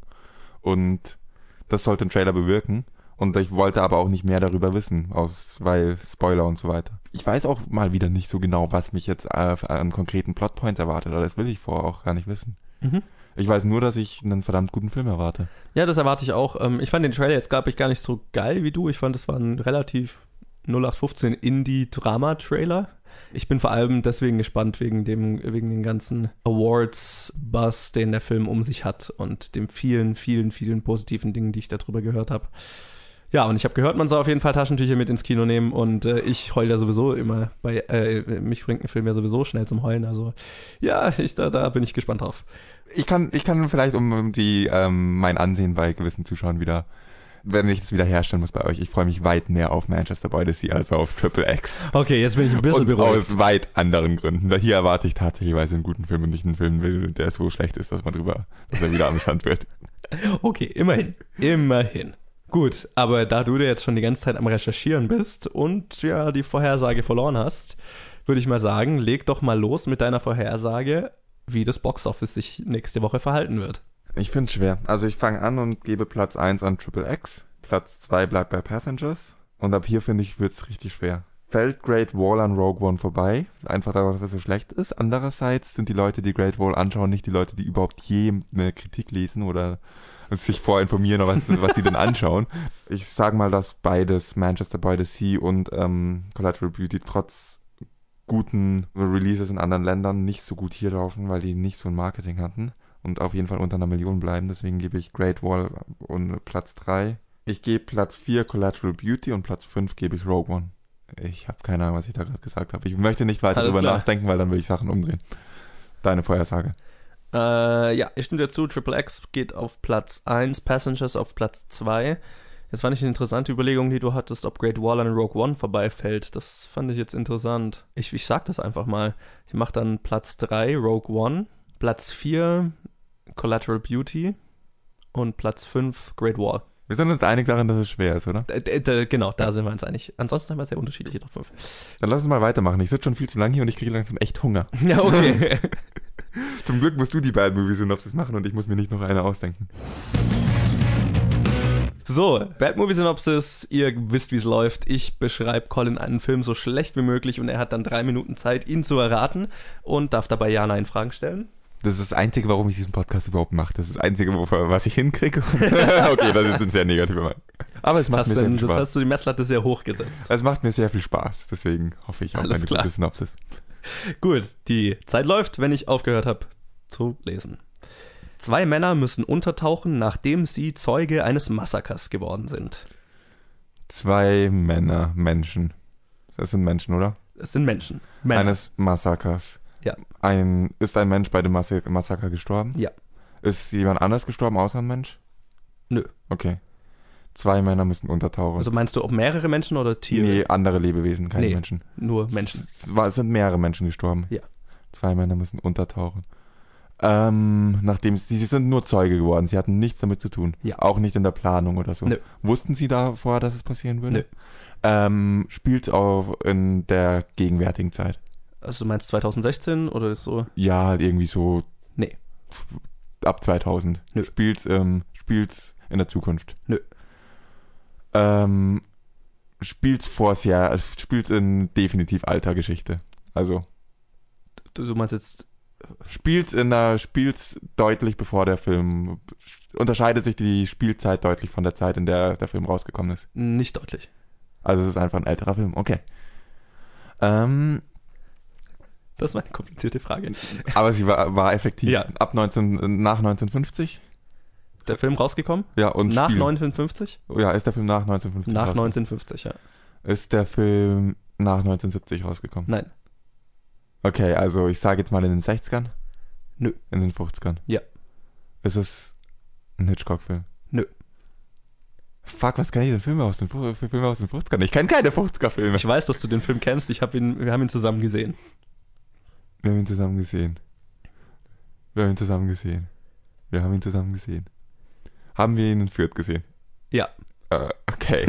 Und das sollte den Trailer bewirken. Und ich wollte aber auch nicht mehr darüber wissen, aus, weil Spoiler und so weiter. Ich weiß auch mal wieder nicht so genau, was mich jetzt äh, an konkreten Plotpoints erwartet. Oder das will ich vorher auch gar nicht wissen. Mhm. Ich weiß nur, dass ich einen verdammt guten Film erwarte. Ja, das erwarte ich auch. Ich fand den Trailer jetzt, glaube ich, gar nicht so geil wie du. Ich fand, es war ein relativ null acht fünfzehn Indie-Drama-Trailer. Ich bin vor allem deswegen gespannt, wegen dem, wegen den ganzen Awards-Buzz, den der Film um sich hat und den vielen, vielen, vielen positiven Dingen, die ich darüber gehört habe. Ja, und ich habe gehört, man soll auf jeden Fall Taschentücher mit ins Kino nehmen und äh, ich heule ja sowieso immer, bei äh, mich bringt ein Film ja sowieso schnell zum Heulen, also ja, ich, da, da bin ich gespannt drauf. Ich kann, ich kann vielleicht um die ähm, mein Ansehen bei gewissen Zuschauern wieder, wenn ich das wieder herstellen muss bei euch, ich freue mich weit mehr auf Manchester by the Sea als auf Triple X. Okay, jetzt bin ich ein bisschen und beruhigt. Aus weit anderen Gründen. Hier erwarte ich tatsächlich einen guten Film und nicht einen Film will, der so schlecht ist, dass man drüber, dass er wieder amüsant wird. Okay, immerhin, immerhin. Gut, aber da du dir jetzt schon die ganze Zeit am Recherchieren bist und ja die Vorhersage verloren hast, würde ich mal sagen, leg doch mal los mit deiner Vorhersage, wie das Boxoffice sich nächste Woche verhalten wird. Ich finde es schwer. Also ich fange an und gebe Platz eins an Triple X, Platz zwei bleibt bei Passengers und ab hier finde ich, wird es richtig schwer. Fällt Great Wall an Rogue One vorbei, einfach dadurch, dass er so schlecht ist. Andererseits sind die Leute, die Great Wall anschauen, nicht die Leute, die überhaupt je eine Kritik lesen oder sich vorinformieren, was, was sie denn anschauen. Ich sage mal, dass beides, Manchester by the Sea und ähm, Collateral Beauty, trotz guten Releases in anderen Ländern nicht so gut hier laufen, weil die nicht so ein Marketing hatten und auf jeden Fall unter einer Million bleiben. Deswegen gebe ich Great Wall und Platz drei. Ich gebe Platz vier Collateral Beauty und Platz fünf gebe ich Rogue One. Ich habe keine Ahnung, was ich da gerade gesagt habe. Ich möchte nicht weiter Alles drüber klar. nachdenken, weil dann will ich Sachen umdrehen. Deine Vorhersage. Äh, ja, ich stimme dir zu. Triple X geht auf Platz eins, Passengers auf Platz zwei. Jetzt fand ich eine interessante Überlegung, die du hattest, ob Great Wall an Rogue One vorbeifällt. Das fand ich jetzt interessant. Ich, ich sag das einfach mal. Ich mache dann Platz drei, Rogue One, Platz vier, Collateral Beauty und Platz fünf, Great Wall. Wir sind uns einig darin, dass es schwer ist, oder? D- d- genau, da sind wir uns einig. Ansonsten haben wir sehr unterschiedliche Top fünf. Dann lass uns mal weitermachen. Ich sitze schon viel zu lange hier und ich kriege langsam echt Hunger. Ja, okay. Zum Glück musst du die Bad Movie Synopsis machen und ich muss mir nicht noch eine ausdenken. So, Bad Movie Synopsis, ihr wisst, wie es läuft. Ich beschreibe Colin einen Film so schlecht wie möglich und er hat dann drei Minuten Zeit, ihn zu erraten und darf dabei Ja-Nein-Fragen stellen. Das ist das Einzige, warum ich diesen Podcast überhaupt mache. Das ist das Einzige, was ich hinkriege. Okay, das ist jetzt ein sehr negativer Mann. Aber es macht Das, mir hast sehr du, viel Spaß. das hast du die Messlatte sehr hoch gesetzt. Es macht mir sehr viel Spaß. Deswegen hoffe ich auf Alles eine klar. gute Synopsis. Gut, die Zeit läuft, wenn ich aufgehört habe zu lesen. Zwei Männer müssen untertauchen, nachdem sie Zeuge eines Massakers geworden sind. Zwei Männer, Menschen. Das sind Menschen, oder? Es sind Menschen. Männer. Eines Massakers. Ja. Ein, ist ein Mensch bei dem Massa- Massaker gestorben? Ja. Ist jemand anders gestorben, außer ein Mensch? Nö. Okay. Zwei Männer müssen untertauchen. Also meinst du, ob mehrere Menschen oder Tiere? Nee, andere Lebewesen, keine Nee. Menschen. Nur Menschen. Es, war, es sind mehrere Menschen gestorben. Ja. Zwei Männer müssen untertauchen. Ähm, nachdem sie, sie sind nur Zeuge geworden, sie hatten nichts damit zu tun. Ja. Auch nicht in der Planung oder so. Nö. Wussten sie da vorher, dass es passieren würde? Nö. Ähm, spielt auch in der gegenwärtigen Zeit. Also du meinst zwanzig sechzehn oder so? Ja, halt irgendwie so Nee. ab zweitausend. Nö. Spielt's, ähm, spielt's in der Zukunft? Nö. Ähm, spielt's vor sehr, spielt's in definitiv alter Geschichte. Also Du, du meinst jetzt... spielt's in der, spielt's deutlich bevor der Film, unterscheidet sich die Spielzeit deutlich von der Zeit, in der der Film rausgekommen ist. Nicht deutlich. Also es ist einfach ein älterer Film, okay. Ähm, Das war eine komplizierte Frage. aber sie war, war effektiv. Ja. Ab neunzehn, nach neunzehnhundertfünfzig? Der Film rausgekommen? Ja, und Nach Spiel. neunzehnhundertfünfzig? Ja, ist der Film nach neunzehnhundertfünfzig Nach rausgekommen? neunzehnhundertfünfzig, ja. Ist der Film nach neunzehnhundertsiebzig rausgekommen? Nein. Okay, also ich sage jetzt mal in den sechzigern? Nö. In den fünfzigern? Ja. Ist es ein Hitchcock-Film? Nö. Fuck, was kenne ich denn Filme aus den, für Filme aus den fünfzigern? Ich kenne keine fünfziger-Filme. Ich weiß, dass du den Film kennst. Ich hab ihn, wir haben ihn zusammen gesehen. Wir haben ihn zusammen gesehen. Wir haben ihn zusammen gesehen. Wir haben ihn zusammen gesehen. Haben wir ihn in Fürth gesehen? Ja. Äh, okay.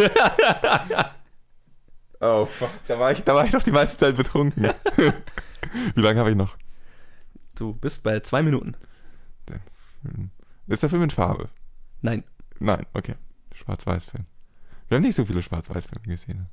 Oh, fuck. Da war ich, da war ich doch die meiste Zeit betrunken. Wie lange habe ich noch? Du bist bei zwei Minuten. Ist der Film in Farbe? Nein. Nein, okay. Schwarz-Weiß-Film. Wir haben nicht so viele Schwarz-Weiß-Filme gesehen.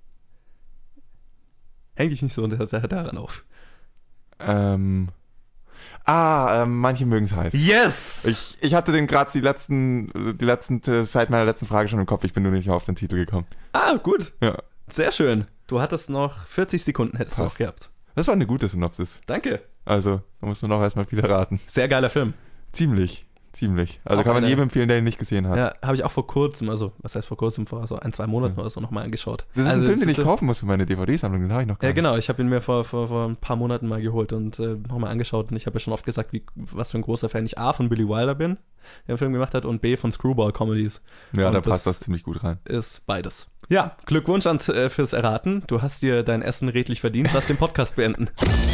Häng dich nicht so unter der Sache daran auf. Ähm. Ah, ähm, manche mögen es heiß. Yes! Ich, ich hatte den gerade die letzten, die letzten, seit meiner letzten Frage schon im Kopf. Ich bin nur nicht mehr auf den Titel gekommen. Ah, gut. Ja. Sehr schön. Du hattest noch vierzig Sekunden, hättest du noch Passt. gehabt. Das war eine gute Synopsis. Danke. Also, da muss man auch erstmal viel erraten. Sehr geiler Film. Ziemlich, ziemlich. Also Auch kann man eine- jedem empfehlen, der ihn nicht gesehen hat. Ja, habe ich auch vor kurzem, also was heißt vor kurzem, vor so ein, zwei Monaten Ja. oder so nochmal angeschaut. Das ist also, ein Film, es den ich ist- kaufen muss für meine D V D-Sammlung. Den habe ich noch gar Ja, nicht. genau. Ich habe ihn mir vor, vor, vor ein paar Monaten mal geholt und äh, nochmal angeschaut. Und ich habe ja schon oft gesagt, wie, was für ein großer Fan ich A von Billy Wilder bin, der den Film gemacht hat, und B von Screwball-Comedies. Ja, und da das- passt das ziemlich gut rein. Ist beides. Ja, Glückwunsch an, äh, fürs Erraten. Du hast dir dein Essen redlich verdient. Lass den Podcast beenden.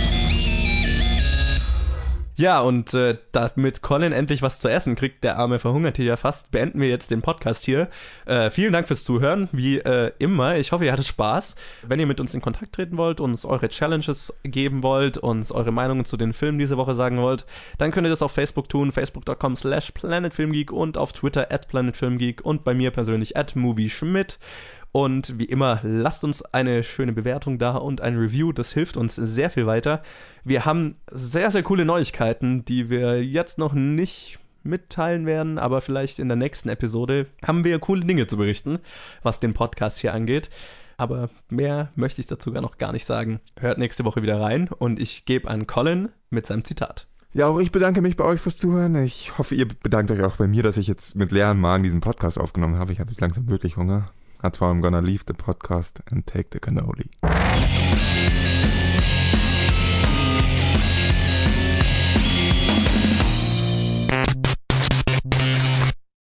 Ja, und äh, damit Colin endlich was zu essen kriegt, der Arme verhungert hier ja fast, beenden wir jetzt den Podcast hier. Äh, vielen Dank fürs Zuhören, wie äh, immer. Ich hoffe, ihr hattet Spaß. Wenn ihr mit uns in Kontakt treten wollt, uns eure Challenges geben wollt, uns eure Meinungen zu den Filmen diese Woche sagen wollt, dann könnt ihr das auf Facebook tun, facebook.com slash planetfilmgeek und auf Twitter at planetfilmgeek und bei mir persönlich at movieschmidt. Und wie immer, lasst uns eine schöne Bewertung da und ein Review, das hilft uns sehr viel weiter. Wir haben sehr, sehr coole Neuigkeiten, die wir jetzt noch nicht mitteilen werden, aber vielleicht in der nächsten Episode haben wir coole Dinge zu berichten, was den Podcast hier angeht. Aber mehr möchte ich dazu gar noch gar nicht sagen. Hört nächste Woche wieder rein und ich gebe an Colin mit seinem Zitat. Ja, auch ich bedanke mich bei euch fürs Zuhören. Ich hoffe, ihr bedankt euch auch bei mir, dass ich jetzt mit leeren Magen diesen Podcast aufgenommen habe. Ich habe jetzt langsam wirklich Hunger. That's why I'm gonna leave the podcast and take the cannoli.